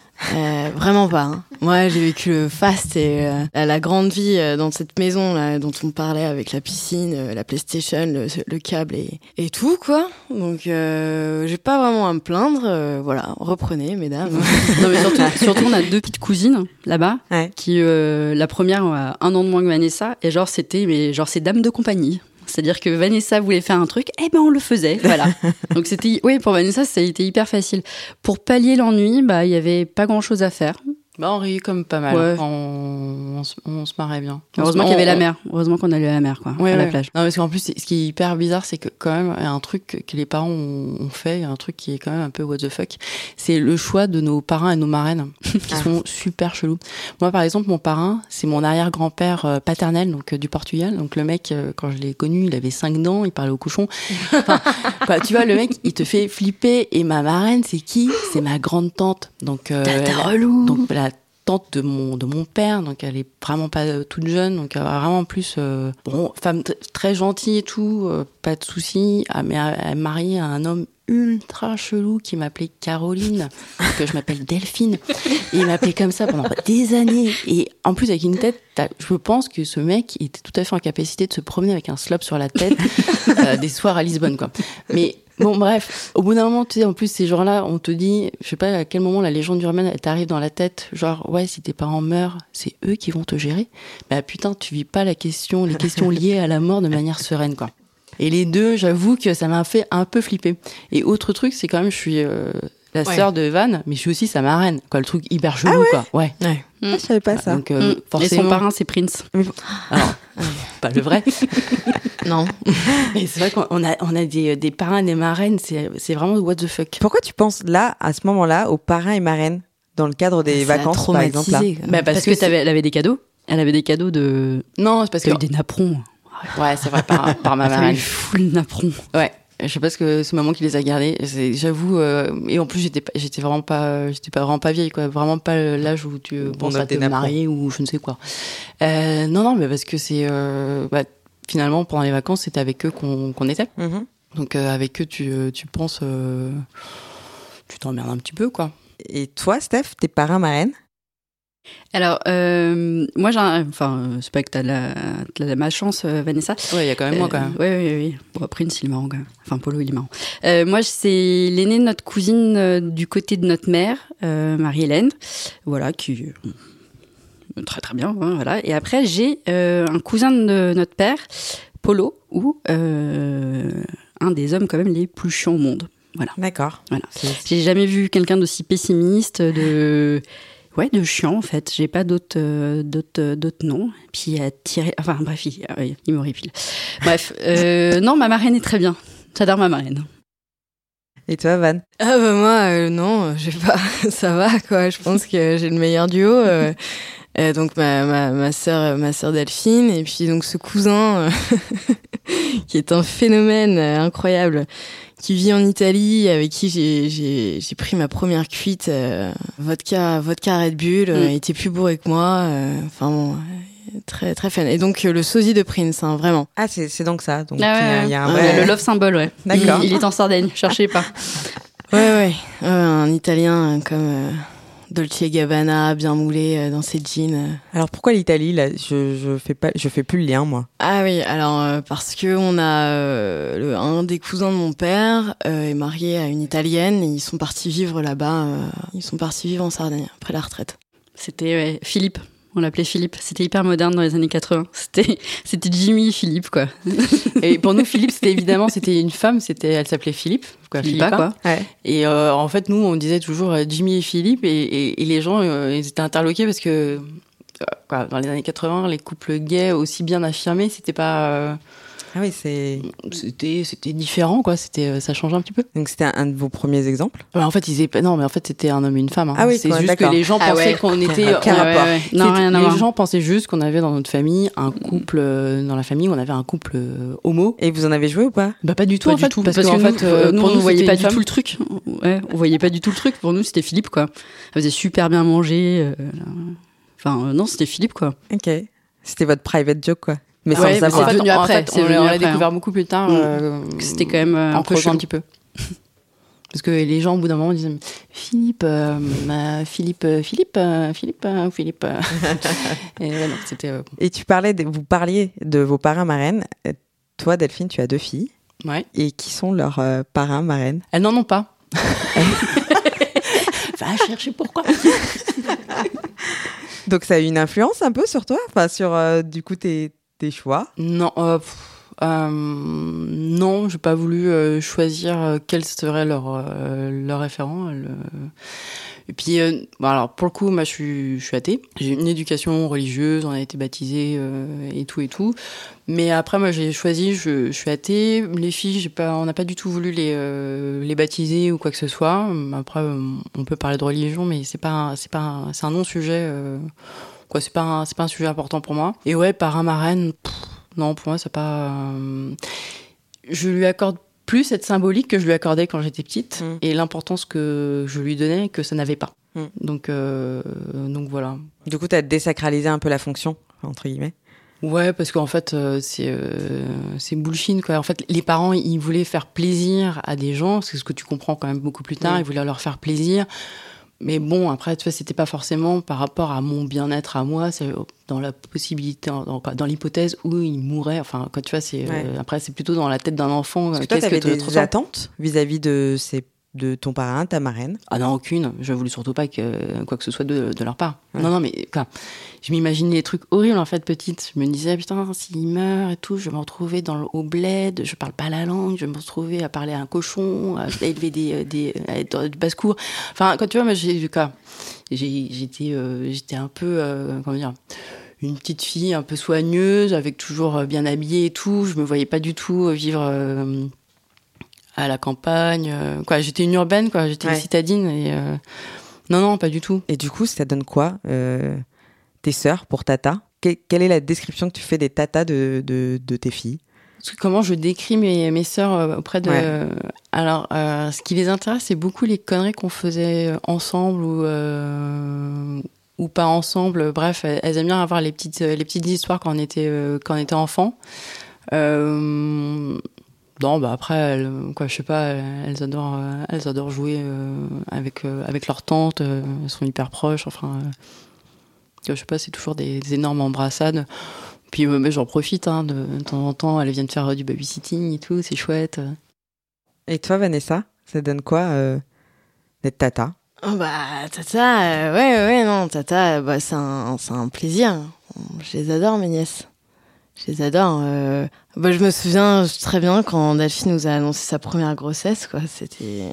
Euh, vraiment pas. Hein. Moi, j'ai vécu le fast et euh, la, la grande vie euh, dans cette maison là dont on parlait avec la piscine, euh, la PlayStation, le, le câble et, et tout quoi. Donc, euh, j'ai pas vraiment à me plaindre. Euh, voilà, reprenez, mesdames. Non, mais surtout, surtout, on a deux petites cousines là-bas, Ouais. qui, euh, la première a un an de moins que Vanessa, et genre, c'était, mais genre, c'est dame de compagnie. C'est-à-dire que Vanessa voulait faire un truc, eh ben on le faisait, voilà. Donc c'était, oui, pour Vanessa, ça a été hyper facile. Pour pallier l'ennui, bah il y avait pas grand-chose à faire. Bah, on riait comme pas mal. Ouais. On, on, se, on se marrait bien. Heureusement on, qu'il y avait on, la mer. Heureusement qu'on allait à la mer, quoi, ouais, à ouais. la plage. Non, parce qu'en plus, ce qui est hyper bizarre, c'est que quand même, il y a un truc que les parents ont, ont fait, il y a un truc qui est quand même un peu what the fuck. C'est le choix de nos parrains et nos marraines, qui ah. sont super chelous. Moi, par exemple, mon parrain, c'est mon arrière-grand-père euh, paternel, donc euh, du Portugal. Donc le mec, euh, quand je l'ai connu, il avait cinq dents, il parlait au cochon. Enfin, bah, tu vois, le mec, il te fait flipper. Et ma marraine, c'est qui ? C'est ma grande tante. Donc, euh, Tata relou. Donc la tante de mon de mon père, donc elle est vraiment pas euh, toute jeune, donc elle a vraiment plus euh, bon, femme t- très gentille et tout, euh, pas de soucis, ah, mais elle, elle est mariée à un homme ultra chelou qui m'appelait Caroline, que je m'appelle Delphine, et il m'appelait comme ça pendant des années, et en plus avec une tête, je pense que ce mec était tout à fait en capacité de se promener avec un slop sur la tête euh, des soirs à Lisbonne, quoi. Mais bon, bref, au bout d'un moment, tu sais, en plus, ces gens-là, on te dit, je sais pas à quel moment la légende urbaine, elle t'arrive dans la tête, genre, ouais, si tes parents meurent, c'est eux qui vont te gérer. Bah putain, tu vis pas la question, les questions liées à la mort de manière sereine, quoi. Et les deux, j'avoue que ça m'a fait un peu flipper. Et autre truc, c'est quand même, je suis euh, la ouais. sœur de Van, mais je suis aussi sa marraine, quoi, le truc hyper chelou, ah ouais quoi. Ouais. ouais. Mmh. Ah, je savais pas ça. Donc, euh, mmh. forcément... Et son parrain, c'est Prince. Alors, pas le vrai. Non. Mais c'est vrai qu'on a, on a des, des parrains et des marraines, c'est, c'est vraiment what the fuck. Pourquoi tu penses là, à ce moment-là, aux parrains et marraines, dans le cadre des ça vacances, par exemple là bah, Parce, parce que, que elle avait des cadeaux. Elle avait des cadeaux de... Non, c'est parce que... que... eu des napperons. Ouais, c'est vrai, par, par ma marraine. Elle full napperons. Ouais. Je sais pas ce que c'est maman qui les a gardés. C'est, j'avoue, euh, et en plus j'étais, j'étais vraiment pas, j'étais pas vraiment pas vieille, quoi. Vraiment pas l'âge où tu penses à te marier ou je ne sais quoi. Euh, non, non, mais parce que c'est, euh, bah, finalement pendant les vacances, c'était avec eux qu'on, qu'on était. Mm-hmm. Donc euh, avec eux, tu, tu penses, euh, tu t'emmerdes un petit peu, quoi. Et toi, Steph, tes parrains marraines? Alors, euh, moi, j'ai un, enfin, c'est pas que t'as la, t'as la malchance, euh, Vanessa. Ouais, il y a quand même euh, moi, quand même. Oui, oui, oui. Bon, Prince, il est marrant, quand même. Enfin, Polo, il est marrant. Euh, moi, c'est l'aîné de notre cousine euh, du côté de notre mère, euh, Marie-Hélène. Voilà, qui... Euh, très, très bien, hein, voilà. Et après, j'ai euh, un cousin de notre père, Polo, ou euh, un des hommes, quand même, les plus chiants au monde. Voilà. D'accord. Voilà. J'ai jamais vu quelqu'un d'aussi pessimiste, de... Ouais, de chiant, en fait. J'ai pas d'autres, euh, d'autres, euh, d'autres noms. Puis à tirer... Enfin, bref, il, euh, il m'horripile. Bref. Euh, non, ma marraine est très bien. J'adore ma marraine. Et toi, Van? Ah bah moi, euh, non, j'ai pas... Ça va, quoi. Je pense que j'ai le meilleur duo. Euh, euh, donc ma, ma, ma sœur, ma sœur Delphine. Et puis donc ce cousin, euh, qui est un phénomène euh, incroyable, qui vit en Italie, avec qui j'ai, j'ai, j'ai pris ma première cuite, euh, vodka, vodka Red Bull, euh, mm. il était plus bourré que moi, euh, enfin bon, euh, très, très fan. Et donc, euh, le sosie de Prince, hein, vraiment. Ah, c'est, c'est donc ça. Donc, ah, ouais, il y a un ouais, vrai... le love symbol, ouais. D'accord. Il, il est en Sardaigne, cherchez pas. ouais, ouais, ouais, un Italien comme euh, Dolce et Gabbana, bien moulé euh, dans ses jeans. Alors, pourquoi l'Italie, là? Je, je fais pas, je fais plus le lien, moi. Ah oui, alors euh, parce que on a euh, le, un des cousins de mon père euh, est marié à une Italienne et ils sont partis vivre là-bas. Euh, ils sont partis vivre en Sardaigne après la retraite. C'était ouais, Philippe. On l'appelait Philippe. C'était hyper moderne dans les années quatre-vingts. C'était, c'était Jimmy et Philippe, quoi. Et pour nous, Philippe, c'était évidemment, c'était une femme. C'était, elle s'appelait Philippe, quoi. Philippa, quoi. Ouais. Et euh, en fait, nous, on disait toujours euh, Jimmy et Philippe, et, et, et les gens, euh, ils étaient interloqués parce que euh, quoi, dans les années quatre-vingts, les couples gays aussi bien affirmés, c'était pas. Euh, Ah oui, c'est. C'était, c'était différent, quoi. C'était, ça changeait un petit peu. Donc c'était un, un de vos premiers exemples. Ouais, en fait, ils étaient non, mais en fait, c'était un homme et une femme. Hein. Ah oui, c'est quoi, juste d'accord. que les gens ah pensaient ouais. qu'on était. Quel ouais, rapport ouais, ouais. Non, rien à les voir. gens pensaient juste qu'on avait dans notre famille un couple euh, dans la famille, on avait un couple euh, homo. Et vous en avez joué ou pas? Bah pas du tout, pas en du fait, tout, parce, parce, parce que qu'en nous, fait, euh, nous, pour on nous, voyait c'était pas une du femme. tout le truc. Ouais, on voyait pas du tout le truc. Pour nous, c'était Philippe, quoi. Elle faisait super bien manger. Euh, enfin, euh, non, c'était Philippe, quoi. Ok. C'était votre private joke, quoi. Mais ouais, sans le savoir. C'est venu en après. Fait, c'est on, venu on l'a après, découvert hein. beaucoup plus tard. Mmh. Euh, c'était quand même euh, un peu creusant un petit peu. Parce que les gens, au bout d'un moment, disaient Philippe, euh, euh, Philippe, euh, Philippe, euh, Philippe, euh, Philippe. Euh. Et ouais, non, c'était. Euh... Et tu parlais, de, vous parliez de vos parrains marraines. Toi, Delphine, tu as deux filles. Ouais. Et qui sont leurs euh, parrains marraines? Elles n'en ont pas. Va chercher pourquoi. Donc ça a eu une influence un peu sur toi, enfin sur euh, du coup tes tes choix. Non. Euh, pff, euh, non, j'ai pas voulu euh, choisir euh, quel serait leur euh, leur référent. Le... Et puis, euh, bon, alors pour le coup, moi, je suis, je suis athée. J'ai une éducation religieuse, on a été baptisés euh, et tout et tout. Mais après, moi, j'ai choisi, je, je suis athée. Les filles, j'ai pas, on n'a pas du tout voulu les euh, les baptiser ou quoi que ce soit. Après, on peut parler de religion, mais c'est pas, c'est pas, c'est un non-sujet. Euh, quoi, c'est pas, un, c'est pas un sujet important pour moi. Et ouais, parrain marraine, pff, non, pour moi, c'est pas. Euh, je lui accorde plus cette symbolique que je lui accordais quand j'étais petite mmh. et l'importance que je lui donnais que ça n'avait pas. Mmh. Donc, euh, donc voilà. Du coup, tu as désacralisé un peu la fonction, entre guillemets. Ouais, parce qu'en fait, euh, c'est, euh, c'est bullshit, quoi. En fait, les parents, ils voulaient faire plaisir à des gens, c'est ce que tu comprends quand même beaucoup plus tard, mmh. ils voulaient leur faire plaisir. Mais bon, après, tu vois, c'était pas forcément par rapport à mon bien-être à moi, c'est dans la possibilité, dans, dans l'hypothèse où il mourrait. Enfin, quand tu vois, c'est ouais. euh, après, c'est plutôt dans la tête d'un enfant. Parce que toi, t'avais des trop attentes vis-à-vis de ces, de ton parrain, ta marraine? Ah non, aucune. Je voulais surtout pas que quoi que ce soit de, de leur part. Ouais. Non, non, mais quoi, je m'imaginais des trucs horribles en fait, petite. Je me disais putain, s'il meurt et tout, je vais me retrouver dans le, au bled. Je parle pas la langue, je vais me retrouver à parler à un cochon, à élever des, des à être de basse-cour. Enfin, quand tu vois, moi, j'ai quoi, j'ai, j'étais, euh, j'étais un peu, euh, comment dire, une petite fille un peu soigneuse, avec toujours bien habillée et tout. Je me voyais pas du tout vivre. Euh, à la campagne, euh, quoi. J'étais une urbaine, quoi. J'étais ouais. une citadine et euh... non, non, pas du tout. Et du coup, ça donne quoi euh, tes sœurs pour Tata? que, Quelle est la description que tu fais des tatas de, de, de tes filles? Parce que comment je décris mes, mes sœurs auprès de... Ouais. Euh, alors, euh, ce qui les intéresse, c'est beaucoup les conneries qu'on faisait ensemble ou... Euh, ou pas ensemble. Bref, elles aiment bien avoir les petites, les petites histoires quand on était, euh, quand on était enfant. Euh... Non, bah après, elles, quoi, je sais pas, elles adorent, elles adorent jouer euh, avec euh, avec leur tante. Euh, elles sont hyper proches. Enfin, euh, je sais pas, c'est toujours des, des énormes embrassades. Puis euh, mais j'en profite, hein, de, de temps en temps. Elles viennent faire du babysitting et tout, c'est chouette. Et toi, Vanessa, ça donne quoi euh, d'être tata? Oh bah tata, euh, ouais ouais non, tata, bah c'est un c'est un plaisir. Je les adore mes nièces. Je les adore. Euh... Bah, je me souviens très bien quand Delphine nous a annoncé sa première grossesse, quoi. C'était...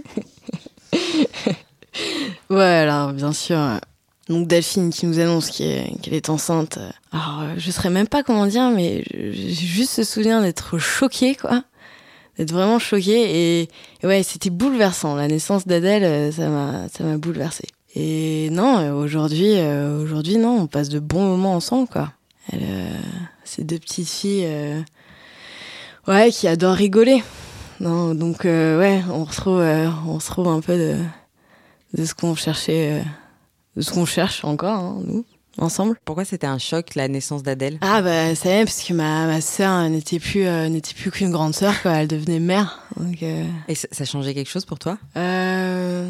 ouais, alors, bien sûr. Donc, Delphine qui nous annonce qu'elle est, qu'elle est enceinte. Alors, je saurais même pas comment dire, mais j'ai juste ce souvenir d'être choquée, quoi. D'être vraiment choquée. Et, et ouais, c'était bouleversant. La naissance d'Adèle, ça m'a, ça m'a bouleversée. Et non, aujourd'hui, euh, aujourd'hui, non, on passe de bons moments ensemble, quoi. Elle, euh, ces deux petites filles euh, ouais, qui adorent rigoler. Non, donc, euh, ouais, on retrouve, euh, on se retrouve un peu de, de ce qu'on cherchait, euh, de ce qu'on cherche encore, hein, nous, ensemble. Pourquoi c'était un choc, la naissance d'Adèle? Ah, bah, ça y est, parce que ma, ma sœur n'était plus, euh, n'était plus qu'une grande sœur, quoi. Elle devenait mère. Donc, euh... Et ça, ça changeait quelque chose pour toi? Euh...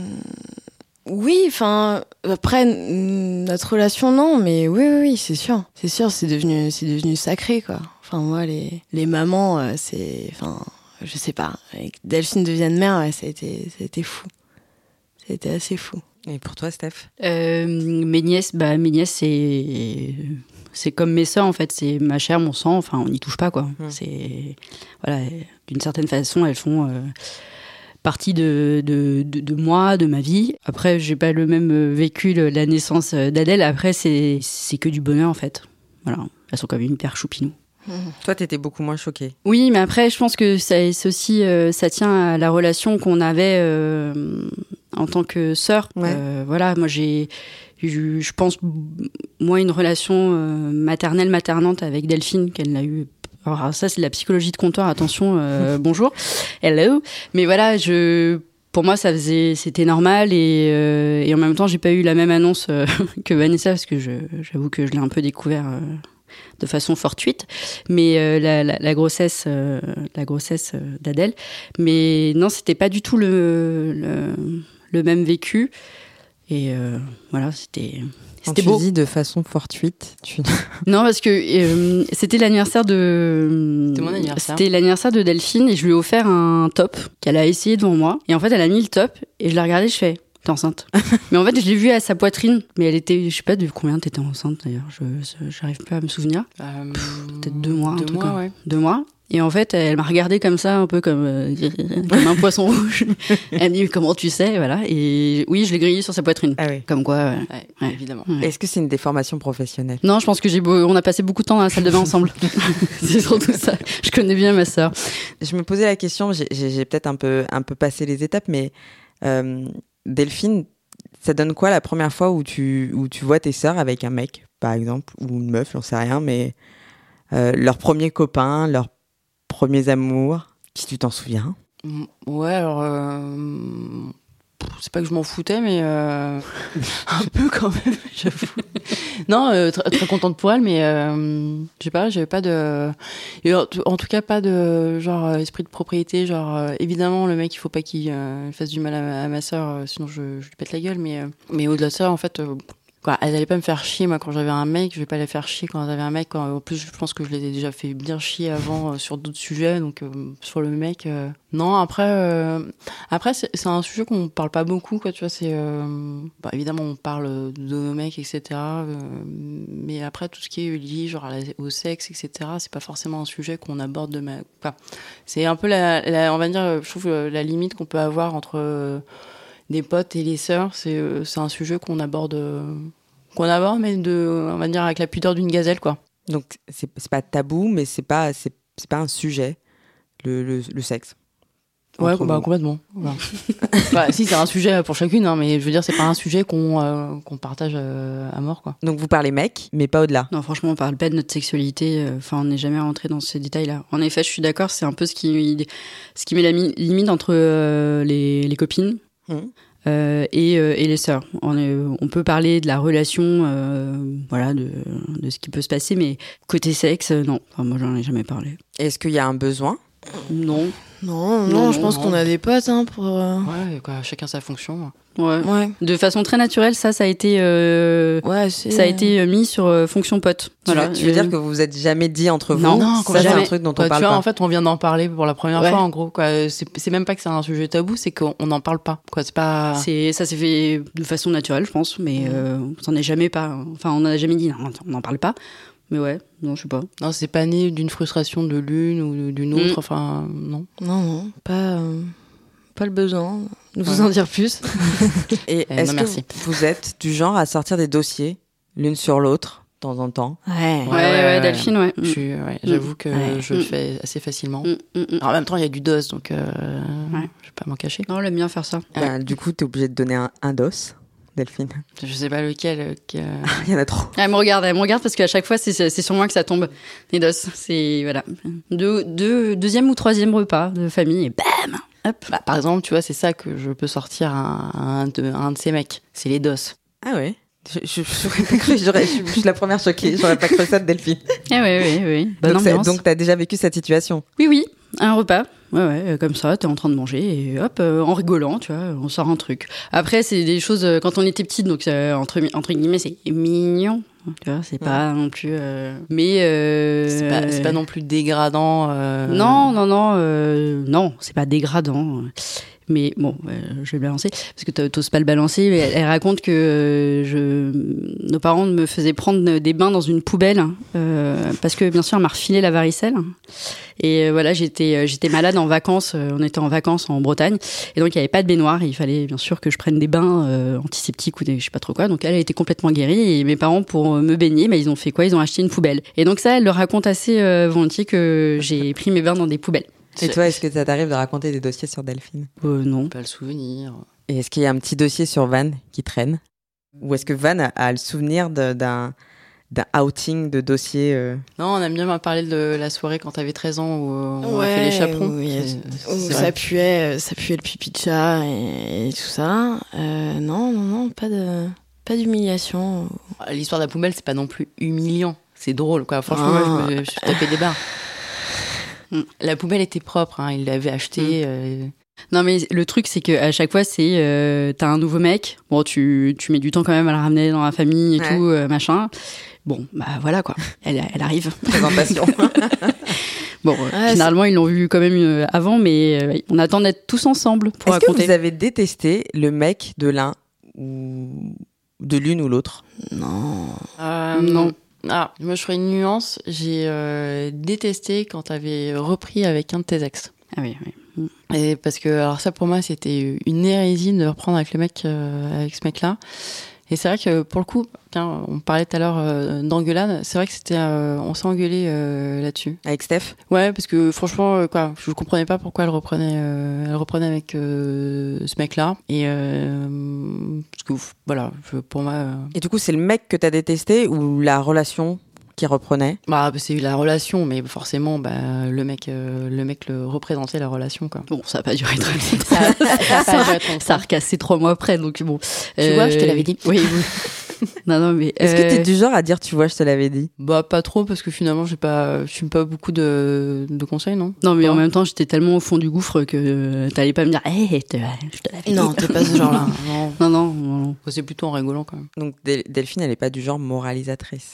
Oui, enfin, après, notre relation, non, mais oui, oui, oui, c'est sûr. C'est sûr, c'est devenu, c'est devenu sacré, quoi. Enfin, moi, les, les mamans, euh, c'est, enfin, je sais pas. Avec Delphine devienne mère, ouais, ça a été, ça a été fou. Ça a été assez fou. Et pour toi, Steph? euh, Mes nièces, bah, mes nièces, c'est, c'est comme mes sœurs, en fait. C'est ma chair, mon sang, enfin, on n'y touche pas, quoi. Mmh. C'est, voilà, d'une certaine façon, elles font, euh, partie de, de, de, de moi, de ma vie. Après, j'ai pas le même vécu, le, la naissance d'Adèle. Après, c'est, c'est que du bonheur, en fait. Voilà. Elles sont quand même hyper choupinou. Mmh. Toi, t'étais beaucoup moins choquée. Oui, mais après, je pense que ça, c'est aussi, euh, ça tient à la relation qu'on avait euh, en tant que sœur. Ouais. Euh, voilà, moi, j'ai, je, je pense, moi, une relation euh, maternelle-maternante avec Delphine, qu'elle n'a eu. Alors ça, c'est de la psychologie de comptoir, attention, euh, bonjour, hello. Mais voilà, je, pour moi, ça faisait, c'était normal et, euh, et en même temps, j'ai pas eu la même annonce euh, que Vanessa, parce que je, j'avoue que je l'ai un peu découvert euh, de façon fortuite. Mais euh, la, la, la grossesse, euh, la grossesse d'Adèle. Mais non, c'était pas du tout le, le, le même vécu. Et euh, voilà, c'était... Quand tu beau. Dis de façon fortuite, tu... Non, parce que euh, c'était l'anniversaire de... C'était mon anniversaire. C'était l'anniversaire de Delphine et je lui ai offert un top qu'elle a essayé devant moi. Et en fait, elle a mis le top et je l'ai regardé, je fais... T'es enceinte. Mais en fait, je l'ai vue à sa poitrine. Mais elle était... Je sais pas de combien t'étais enceinte, d'ailleurs. Je j'arrive pas à me souvenir. Euh, Pff, peut-être deux mois, deux un truc mois, comme... ouais. Deux mois. Et en fait, elle m'a regardé comme ça, un peu comme, euh, comme un poisson rouge. Elle me dit, comment tu sais, voilà. Et oui, je l'ai grillé sur sa poitrine. Ah oui. Comme quoi, euh, Ouais, ouais. évidemment. Ouais. Est-ce que c'est une déformation professionnelle? Non, je pense que j'ai beau... on a passé beaucoup de temps dans la salle de bain ensemble. C'est surtout ça. Je connais bien ma sœur. Je me posais la question, j'ai, j'ai, j'ai peut-être un peu, un peu passé les étapes, mais euh, Delphine, ça donne quoi la première fois où tu, où tu vois tes sœurs avec un mec, par exemple, ou une meuf, j'en sais rien, mais euh, leurs premiers copains, leurs premiers amours, si tu t'en souviens? Ouais, alors... Euh... C'est pas que je m'en foutais, mais euh... un peu quand même, j'avoue. Non, euh, très, très contente pour elle, mais euh, je sais pas, j'avais pas de... En tout cas, pas de genre esprit de propriété, genre euh, évidemment, le mec, il faut pas qu'il euh, fasse du mal à, à ma sœur, euh, sinon je, je lui pète la gueule, mais, euh, mais au-delà de ça, en fait... Euh, Quoi, elle allait pas me faire chier, moi, quand j'avais un mec. Je vais pas la faire chier quand j'avais un mec. Quand, en plus, je pense que je les ai déjà fait bien chier avant euh, sur d'autres sujets. Donc, euh, sur le mec, euh... non. Après, euh... après, c'est, c'est un sujet qu'on parle pas beaucoup, quoi. Tu vois, c'est euh... bah, évidemment, on parle de nos mecs, et cetera. Euh... Mais après, tout ce qui est lié, genre la... au sexe, et cetera. C'est pas forcément un sujet qu'on aborde de ma. Enfin, c'est un peu la, la, on va dire, je trouve la limite qu'on peut avoir entre. Euh... des potes et les sœurs, c'est, euh, c'est un sujet qu'on aborde, euh, qu'on aborde, mais de, on va dire avec la pudeur d'une gazelle, quoi. Donc, c'est, c'est pas tabou, mais c'est pas, c'est, c'est pas un sujet, le, le, le sexe. Ouais, bah, complètement. Voilà. Bah, si, c'est un sujet pour chacune, hein, mais je veux dire, c'est pas un sujet qu'on, euh, qu'on partage euh, à mort, quoi. Donc, vous parlez mec, mais pas au-delà. Non, franchement, on parle pas de notre sexualité. Enfin, on n'est jamais rentré dans ces détails-là. En effet, je suis d'accord, c'est un peu ce qui, ce qui met la mi- limite entre euh, les, les copines. Mmh. Euh, et, euh, et les sœurs. On, est, on peut parler de la relation, euh, voilà, de, de ce qui peut se passer, mais côté sexe, non. Enfin, moi, j'en ai jamais parlé. Est-ce qu'il y a un besoin? Non. Non, non, Non, je pense non. qu'on a des potes hein, pour. euh, Ouais, quoi, chacun sa fonction. Ouais. Ouais, De façon très naturelle, ça, ça a été, euh, ouais, c'est. ça a été mis sur euh, fonction pote. Tu, Voilà. veux, tu veux Euh, dire que vous vous êtes jamais dit entre vous? Non, non, ça, c'est jamais. un truc dont Quoi, on tu parle vois, pas. en fait, on vient d'en parler pour la première Ouais. fois, en gros, quoi. C'est, c'est même pas que c'est un sujet tabou, c'est qu'on n'en parle pas, quoi. C'est pas. C'est, ça s'est fait de façon naturelle, je pense, mais euh, on s'en est jamais pas. Enfin, on n'a jamais dit, non, on n'en parle pas. Mais ouais, non, je sais pas. Non, c'est pas né d'une frustration de l'une ou d'une autre, Mm. enfin, non. Non, non, pas, euh, pas le besoin de vous Ouais. en dire plus. Et Eh, est-ce non, que merci. vous êtes du genre à sortir des dossiers l'une sur l'autre de temps en temps? Ouais. Ouais, ouais, ouais, ouais. Delphine, ouais. Je suis, ouais, j'avoue que Ouais. je le Mm. fais assez facilement. Mm, mm, mm. Alors, en même temps, il y a du dos, donc euh, Ouais. je vais pas m'en cacher. Non, on aime bien faire ça. Ben, du coup, t'es obligé de donner un, un dos, Delphine. Je sais pas lequel. euh, que- Il y en a trop. Elle me regarde, elle me regarde parce qu'à chaque fois, c'est, c'est sur moi que ça tombe. Les dos, c'est, voilà. Deux, deux, deuxième ou troisième repas de famille et bam! Hop. Bah, par exemple, tu vois, c'est ça que je peux sortir à un, un de, un de ces mecs. C'est les dos. Ah ouais? Je, je, j'aurais pas cru, j'aurais, je, je suis la première choquée. J'aurais pas cru ça de Delphine. Ah oui, oui, oui. Bonne donc, c'est- ambiance. donc, t'as déjà vécu cette situation? Oui, oui, un repas. Ouais, ouais, euh, comme ça, t'es en train de manger et hop, euh, en rigolant, tu vois, on sort un truc. Après, c'est des choses, euh, quand on était petite, donc euh, entre, entre guillemets, c'est mignon. Tu vois, c'est pas non plus. euh, Mais. Euh... C'est pas, c'est pas non plus dégradant. euh, Non, non, non, euh, non, c'est pas dégradant. Mais bon, euh, je vais le balancer, parce que t'a- t'oses pas le balancer. Mais elle, elle raconte que euh, je, nos parents me faisaient prendre des bains dans une poubelle, euh, parce que bien sûr, elle m'a refilé la varicelle. Et euh, voilà, j'étais, euh, j'étais malade en vacances, euh, on était en vacances en Bretagne, et donc il n'y avait pas de baignoire, et il fallait bien sûr que je prenne des bains euh, antiseptiques ou des, je sais pas trop quoi. Donc elle, elle était complètement guérie, et mes parents, pour me baigner, bah, ils ont fait quoi? Ils ont acheté une poubelle. Et donc ça, elle le raconte assez euh, volontiers que j'ai pris mes bains dans des poubelles. Et toi, est-ce que ça t'arrive de raconter des dossiers sur Delphine? Euh, non. Pas le souvenir. Et est-ce qu'il y a un petit dossier sur Van qui traîne? Ou est-ce que Van a, a le souvenir de- d'un, d'un outing de dossier euh... Non, on aime bien parler de la soirée quand t'avais treize ans où euh, on a fait les chaperons. Oui, C'est- où c'est ça vrai. puait, ça puait le pipi de chat et, et tout ça. Euh, non, non, non, pas de, pas d'humiliation. L'histoire de la poubelle, c'est pas non plus humiliant. C'est drôle, quoi. Franchement, Ah. moi, je me je me suis tapé des barres. La poubelle était propre, hein. Il l'avait achetée. euh, Non, mais le truc, c'est qu'à chaque fois, c'est euh, t'as un nouveau mec. Bon, tu, tu mets du temps quand même à la ramener dans la famille et Ouais. tout, euh, machin. Bon, bah voilà quoi. Elle, elle arrive. présentation? Bon, euh, Ouais, généralement, ils l'ont vu quand même euh, avant, mais euh, on attend d'être tous ensemble pour Est-ce que raconter. vous avez détesté le mec de l'un ou de l'une ou l'autre? Non. euh, Non. Ah, moi je ferais une nuance. J'ai euh, détesté quand t'avais repris avec un de tes ex. Ah oui, oui. Et parce que, alors ça pour moi, c'était une hérésie de reprendre avec le mec, euh, avec ce mec-là. Et c'est vrai que pour le coup, tiens, on parlait tout à l'heure euh, d'engueulade. C'est vrai que c'était, euh, on s'est engueulé euh, là-dessus. Avec Steph ? Ouais, parce que franchement, euh, quoi, je comprenais pas pourquoi elle reprenait, euh, elle reprenait avec euh, ce mec-là. Et euh, parce que voilà, je, pour moi. Euh... Et du coup, c'est le mec que t'as détesté ou la relation qui reprenait ? Bah, c'est la relation, mais forcément, bah, le mec, euh, le mec le représentait la relation, quoi. Bon, ça a pas duré très longtemps. ça, ça, ça, ça, ça a recassé trois mois après, donc bon. Tu euh, vois, je te l'avais dit. Oui, oui. Non, non, mais. Est-ce euh... que t'es du genre à dire, tu vois, je te l'avais dit ? Bah, pas trop, parce que finalement, j'ai pas, je suis pas beaucoup de, de conseils, non ? Non, mais pas. En même temps, j'étais tellement au fond du gouffre que t'allais pas me dire, hé, hey, je te l'avais dit. Non, t'es pas ce genre-là. non. non, non, non. C'est plutôt en rigolant, quand même. Donc, Delphine, elle est pas du genre moralisatrice ?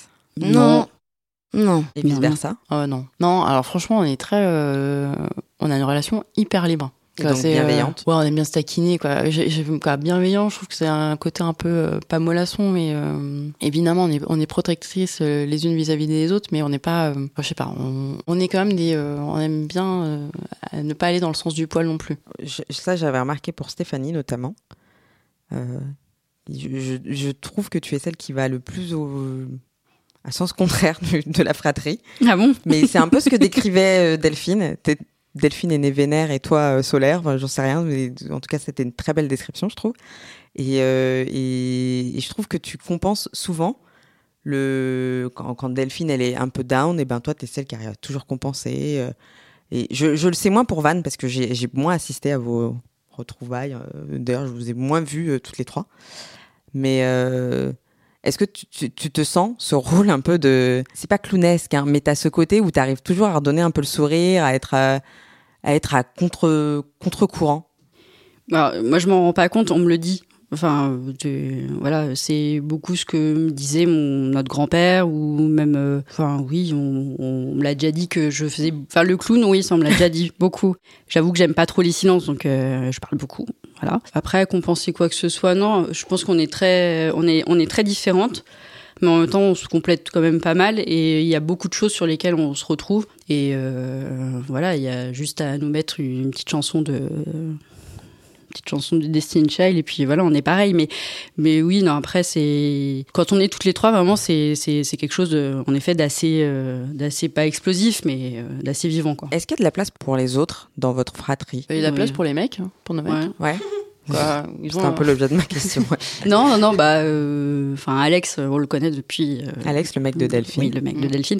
Non. Non. Et vice versa ? Ah non. Non, alors franchement, on est très, euh, on a une relation hyper libre. Quoi, donc bienveillante. Euh, ouais, on aime bien se taquiner, quoi. J'ai, j'ai, quoi. Bienveillant, je trouve que c'est un côté un peu, euh, pas mollasson, mais euh, évidemment, on est, on est protectrices euh, les unes vis-à-vis des autres, mais on n'est pas, euh, je sais pas, on, on est quand même des, euh, on aime bien euh, ne pas aller dans le sens du poil non plus. Je, ça, j'avais remarqué pour Stéphanie notamment. Euh, je, je, je trouve que tu es celle qui va le plus au à sens contraire de la fratrie. Ah bon ? Mais c'est un peu ce que décrivait Delphine. T'es, Delphine est née vénère et toi euh, solaire. Enfin, j'en sais rien, mais en tout cas, c'était une très belle description, je trouve. Et, euh, et, et je trouve que tu compenses souvent le quand, quand Delphine elle est un peu down, et ben toi, t'es celle qui arrive à toujours compenser. Euh, et je, je le sais moins pour Van parce que j'ai, j'ai moins assisté à vos retrouvailles. Euh, d'ailleurs, je vous ai moins vues euh, toutes les trois. Mais euh, est-ce que tu, tu, tu te sens ce rôle un peu de... C'est pas clownesque, hein, mais t'as ce côté où t'arrives toujours à redonner un peu le sourire, à être à, à, être à contre, contre-courant. Alors, moi, je m'en rends pas compte, on me le dit. Enfin, de, voilà, c'est beaucoup ce que me disait mon, notre grand-père, ou même... Euh, enfin, oui, on, on me l'a déjà dit que je faisais... Enfin, le clown, oui, ça on me l'a déjà dit, beaucoup. J'avoue que j'aime pas trop les silences, donc euh, je parle beaucoup. Voilà. Après, compenser quoi que ce soit, non, je pense qu'on est très, on est, on est très différentes, mais en même temps, on se complète quand même pas mal, et il y a beaucoup de choses sur lesquelles on se retrouve. Et euh, voilà, il y a juste à nous mettre une petite chanson de... petite chanson de Destiny Child, et puis voilà, on est pareil. Mais, mais oui, non, après, c'est... Quand on est toutes les trois, vraiment, c'est, c'est, c'est quelque chose, de, en effet, d'assez, euh, d'assez, pas explosif, mais euh, d'assez vivant, quoi. Est-ce qu'il y a de la place pour les autres dans votre fratrie ? Il y a de la Oui. place pour les mecs, pour nos mecs. Ouais. Ouais. Quoi, ils C'est ont... un peu l'objet de ma question. Ouais. Non, non, non, bah... Enfin, euh, Alex, on le connaît depuis... Euh, Alex, le mec de Delphine. Oui, le mec de Delphine.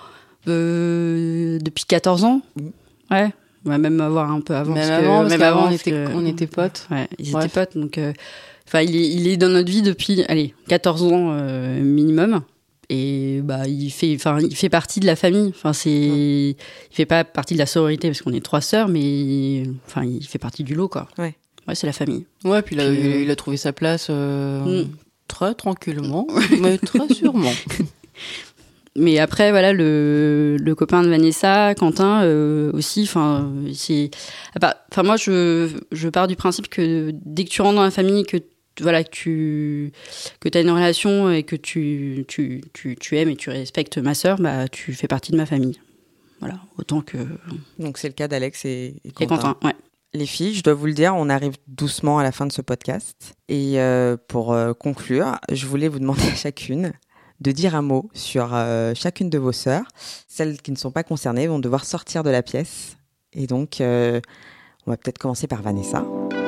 Euh, depuis quatorze ans. Ouais. Ouais, même avoir un peu avant. Même parce que, avant, parce même qu'avant, avant, on parce était, que- on était potes. Ouais, ils Bref. étaient potes, donc... Enfin, euh, il, est, il est dans notre vie depuis, allez, quatorze ans euh, minimum. Et bah, il fait, enfin, il fait partie de la famille. Enfin, c'est, il fait pas partie de la sororité parce qu'on est trois sœurs, mais enfin, il fait partie du lot, quoi. Ouais. Ouais, c'est la famille. Ouais, puis il a, Puis, euh, il a trouvé sa place euh, Mm. très tranquillement, mais très sûrement. Mais après, voilà, le, le copain de Vanessa, Quentin, euh, aussi, enfin, c'est... Enfin, moi, je, je pars du principe que dès que tu rentres dans la famille, que voilà, que tu que t'as une relation et que tu, tu, tu, tu aimes et tu respectes ma sœur, bah, tu fais partie de ma famille. Voilà, autant que... Donc c'est le cas d'Alex et, et Quentin. Et Quentin, ouais. Les filles, je dois vous le dire, on arrive doucement à la fin de ce podcast. Et euh, pour euh, conclure, je voulais vous demander à chacune de dire un mot sur euh, chacune de vos sœurs. Celles qui ne sont pas concernées vont devoir sortir de la pièce. Et donc, euh, on va peut-être commencer par Vanessa.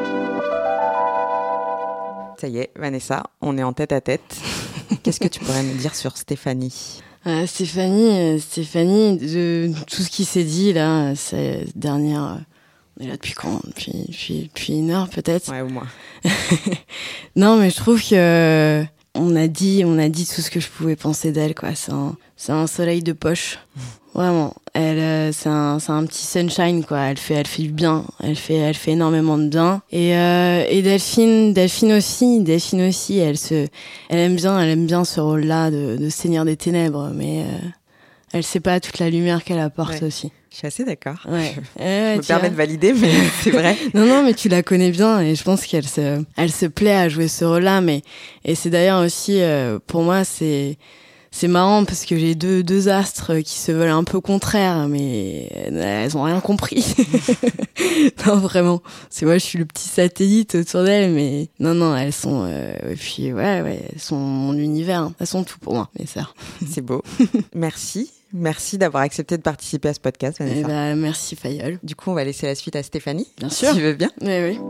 Ça y est, Vanessa, on est en tête à tête. Qu'est-ce que tu pourrais nous dire sur Stéphanie ? Euh, Stéphanie, euh, Stéphanie, de tout ce qui s'est dit là, ces dernières... euh, on est là depuis quand ? Depuis, depuis, depuis une heure peut-être. Ouais, au moins. Non, mais je trouve que on a dit, on a dit tout ce que je pouvais penser d'elle, quoi. C'est un, c'est un soleil de poche. Vraiment. Elle, euh, c'est un, c'est un petit sunshine, quoi. Elle fait, elle fait du bien. Elle fait, elle fait énormément de bien. Et, euh, et Delphine, Delphine aussi, Delphine aussi, elle se, elle aime bien, elle aime bien ce rôle-là de, de Seigneur des Ténèbres, mais euh, elle sait pas toute la lumière qu'elle apporte Ouais. aussi. Je suis assez d'accord. Ouais. Je Ouais, me tu permets vois. de valider, mais c'est vrai. Non, non, mais tu la connais bien et je pense qu'elle se, elle se plaît à jouer ce rôle-là. Mais et c'est d'ailleurs aussi, euh, pour moi, c'est, c'est marrant parce que j'ai deux, deux astres qui se veulent un peu contraires, mais elles ont rien compris. Non, vraiment. C'est moi, je suis le petit satellite autour d'elles, mais non, non, elles sont, euh, et puis, ouais, ouais, elles sont mon univers. Hein. Elles sont tout pour moi, mes sœurs. C'est beau. Merci. Merci d'avoir accepté de participer à ce podcast, Vanessa. Eh ben, merci, Fayeul. Du coup, on va laisser la suite à Stéphanie. Bien sûr. Si tu veux bien. Oui, oui.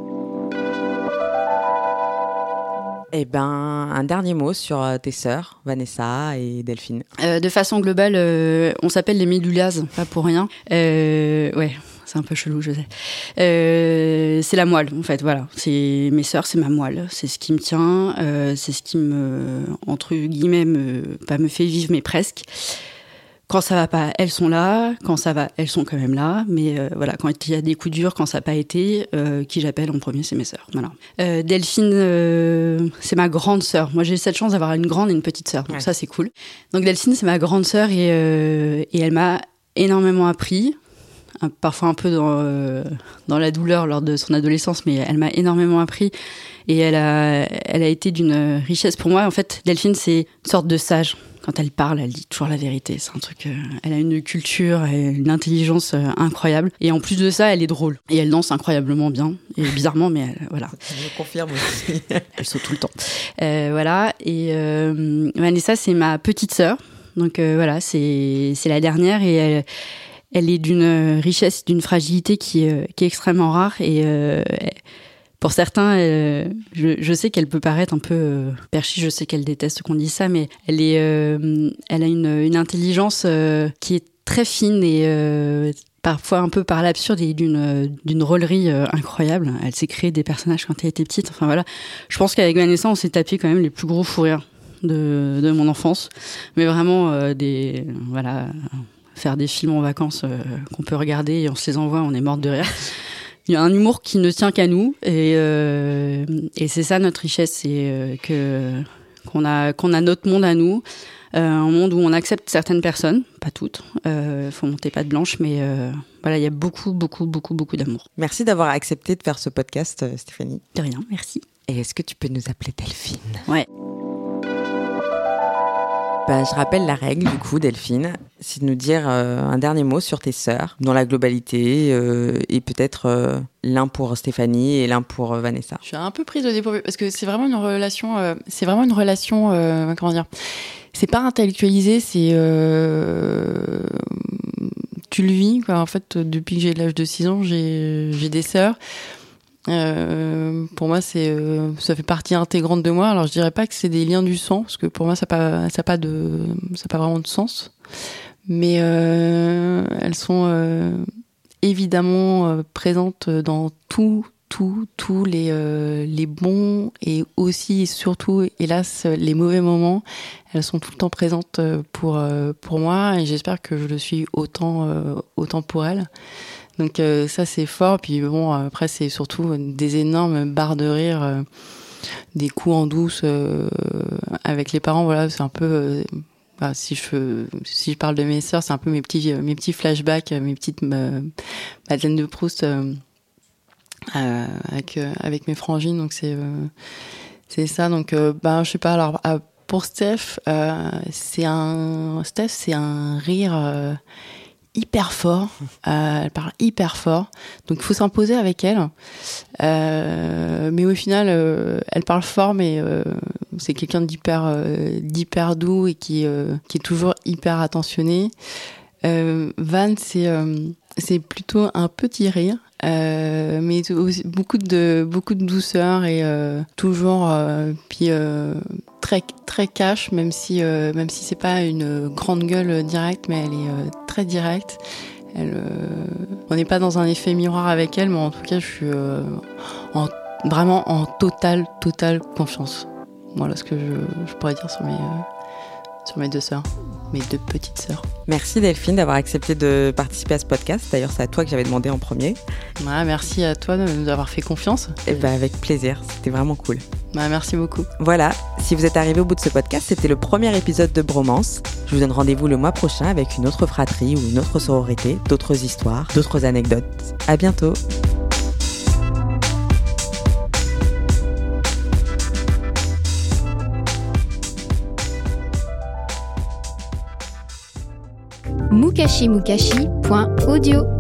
Eh ben, un dernier mot sur tes sœurs, Vanessa et Delphine. Euh, de façon globale, euh, on s'appelle les Médulias, pas pour rien. Euh, ouais, c'est un peu chelou, je sais. Euh, c'est la moelle, en fait, voilà. C'est mes sœurs, c'est ma moelle. C'est ce qui me tient, euh, c'est ce qui me, entre guillemets, me, pas me fait vivre, mais presque. Quand ça va pas, elles sont là. Quand ça va, elles sont quand même là. Mais euh, voilà, quand il y a des coups durs, quand ça n'a pas été, euh, qui j'appelle en premier, c'est mes sœurs. Voilà. Euh, Delphine, euh, c'est ma grande sœur. Moi, j'ai cette chance d'avoir une grande et une petite sœur. Donc ouais. Ça, c'est cool. Donc Delphine, c'est ma grande sœur et, euh, et elle m'a énormément appris. Parfois un peu dans, euh, dans la douleur lors de son adolescence, mais elle m'a énormément appris. Et elle a, elle a été d'une richesse pour moi. En fait, Delphine, c'est une sorte de sage. Quand elle parle, elle dit toujours la vérité. C'est un truc. Euh, elle a une culture et une intelligence euh, incroyable. Et en plus de ça, elle est drôle. Et elle danse incroyablement bien. Et bizarrement, mais elle, voilà. Je me confirme aussi. Elle saute tout le temps. Euh, voilà. Et euh, Vanessa, c'est ma petite sœur. Donc euh, voilà, c'est c'est la dernière et elle, elle est d'une richesse, d'une fragilité qui euh, qui est extrêmement rare et euh, pour certains, euh, je, je sais qu'elle peut paraître un peu euh, perchée, je sais qu'elle déteste qu'on dise ça, mais elle est, euh, elle a une, une intelligence euh, qui est très fine et euh, parfois un peu par l'absurde et d'une, d'une drôlerie euh, incroyable. Elle s'est créée des personnages quand elle était petite. Enfin voilà, je pense qu'avec Vanessa, on s'est tapé quand même les plus gros fous rires de, de mon enfance, mais vraiment euh, des, voilà, faire des films en vacances euh, qu'on peut regarder et on se les envoie, on est morte de rire. Il y a un humour qui ne tient qu'à nous et, euh, et c'est ça notre richesse, c'est euh, que qu'on a qu'on a notre monde à nous, euh, un monde où on accepte certaines personnes, pas toutes. Euh, faut monter patte blanche, mais euh, voilà, il y a beaucoup beaucoup beaucoup beaucoup d'amour. Merci d'avoir accepté de faire ce podcast, Stéphanie. De rien, merci. Et est-ce que tu peux nous appeler Delphine ? Ouais. Ben, je rappelle la règle, du coup, Delphine, c'est de nous dire euh, un dernier mot sur tes sœurs, dans la globalité, euh, et peut-être euh, l'un pour Stéphanie et l'un pour euh, Vanessa. Je suis un peu prise au dépourvu, parce que c'est vraiment une relation, euh, c'est vraiment une relation, euh, comment dire, c'est pas intellectualisé, c'est, euh, tu le vis, quoi. En fait, depuis que j'ai l'âge de six ans, j'ai, j'ai des sœurs. Euh, pour moi, c'est, euh, ça fait partie intégrante de moi. Alors, je dirais pas que c'est des liens du sang, parce que pour moi, ça n'a pas, ça pas de, ça pas vraiment de sens. Mais euh, elles sont euh, évidemment euh, présentes dans tout, tout, tous les, euh, les bons et aussi et surtout, hélas, les mauvais moments. Elles sont tout le temps présentes pour euh, pour moi, et j'espère que je le suis autant euh, autant pour elles. Donc euh, ça c'est fort, puis bon après c'est surtout des énormes barres de rire, euh, des coups en douce euh, avec les parents, voilà, c'est un peu euh, bah, si je si je parle de mes sœurs, c'est un peu mes petits mes petits flashbacks, mes petites euh, Madeleine de Proust euh, euh, avec euh, avec mes frangines, donc c'est euh, c'est ça, donc euh, bah je sais pas, alors euh, pour Steph euh, c'est un Steph c'est un rire euh, hyper fort, euh, elle parle hyper fort, donc il faut s'imposer avec elle, euh, mais au final euh, elle parle fort, mais euh, c'est quelqu'un d'hyper euh, d'hyper doux et qui euh, qui est toujours hyper attentionné. euh, Van c'est euh, c'est plutôt un petit rire, euh, mais aussi beaucoup de beaucoup de douceur et euh, toujours euh, puis euh, très très cash, même si euh, même si c'est pas une grande gueule directe, mais elle est euh, très directe. Elle, euh, on n'est pas dans un effet miroir avec elle, mais en tout cas, je suis euh, en, vraiment en totale totale confiance. Voilà ce que je, je pourrais dire sur mes euh, sur mes deux sœurs, mes deux petites sœurs. Merci Delphine d'avoir accepté de participer à ce podcast. D'ailleurs, c'est à toi que j'avais demandé en premier. Ouais, merci à toi de nous avoir fait confiance. Et ben avec plaisir, c'était vraiment cool. Ouais, merci beaucoup. Voilà, si vous êtes arrivé au bout de ce podcast, c'était le premier épisode de Bromance. Je vous donne rendez-vous le mois prochain avec une autre fratrie ou une autre sororité, d'autres histoires, d'autres anecdotes. À bientôt. mukashi mukashi point audio.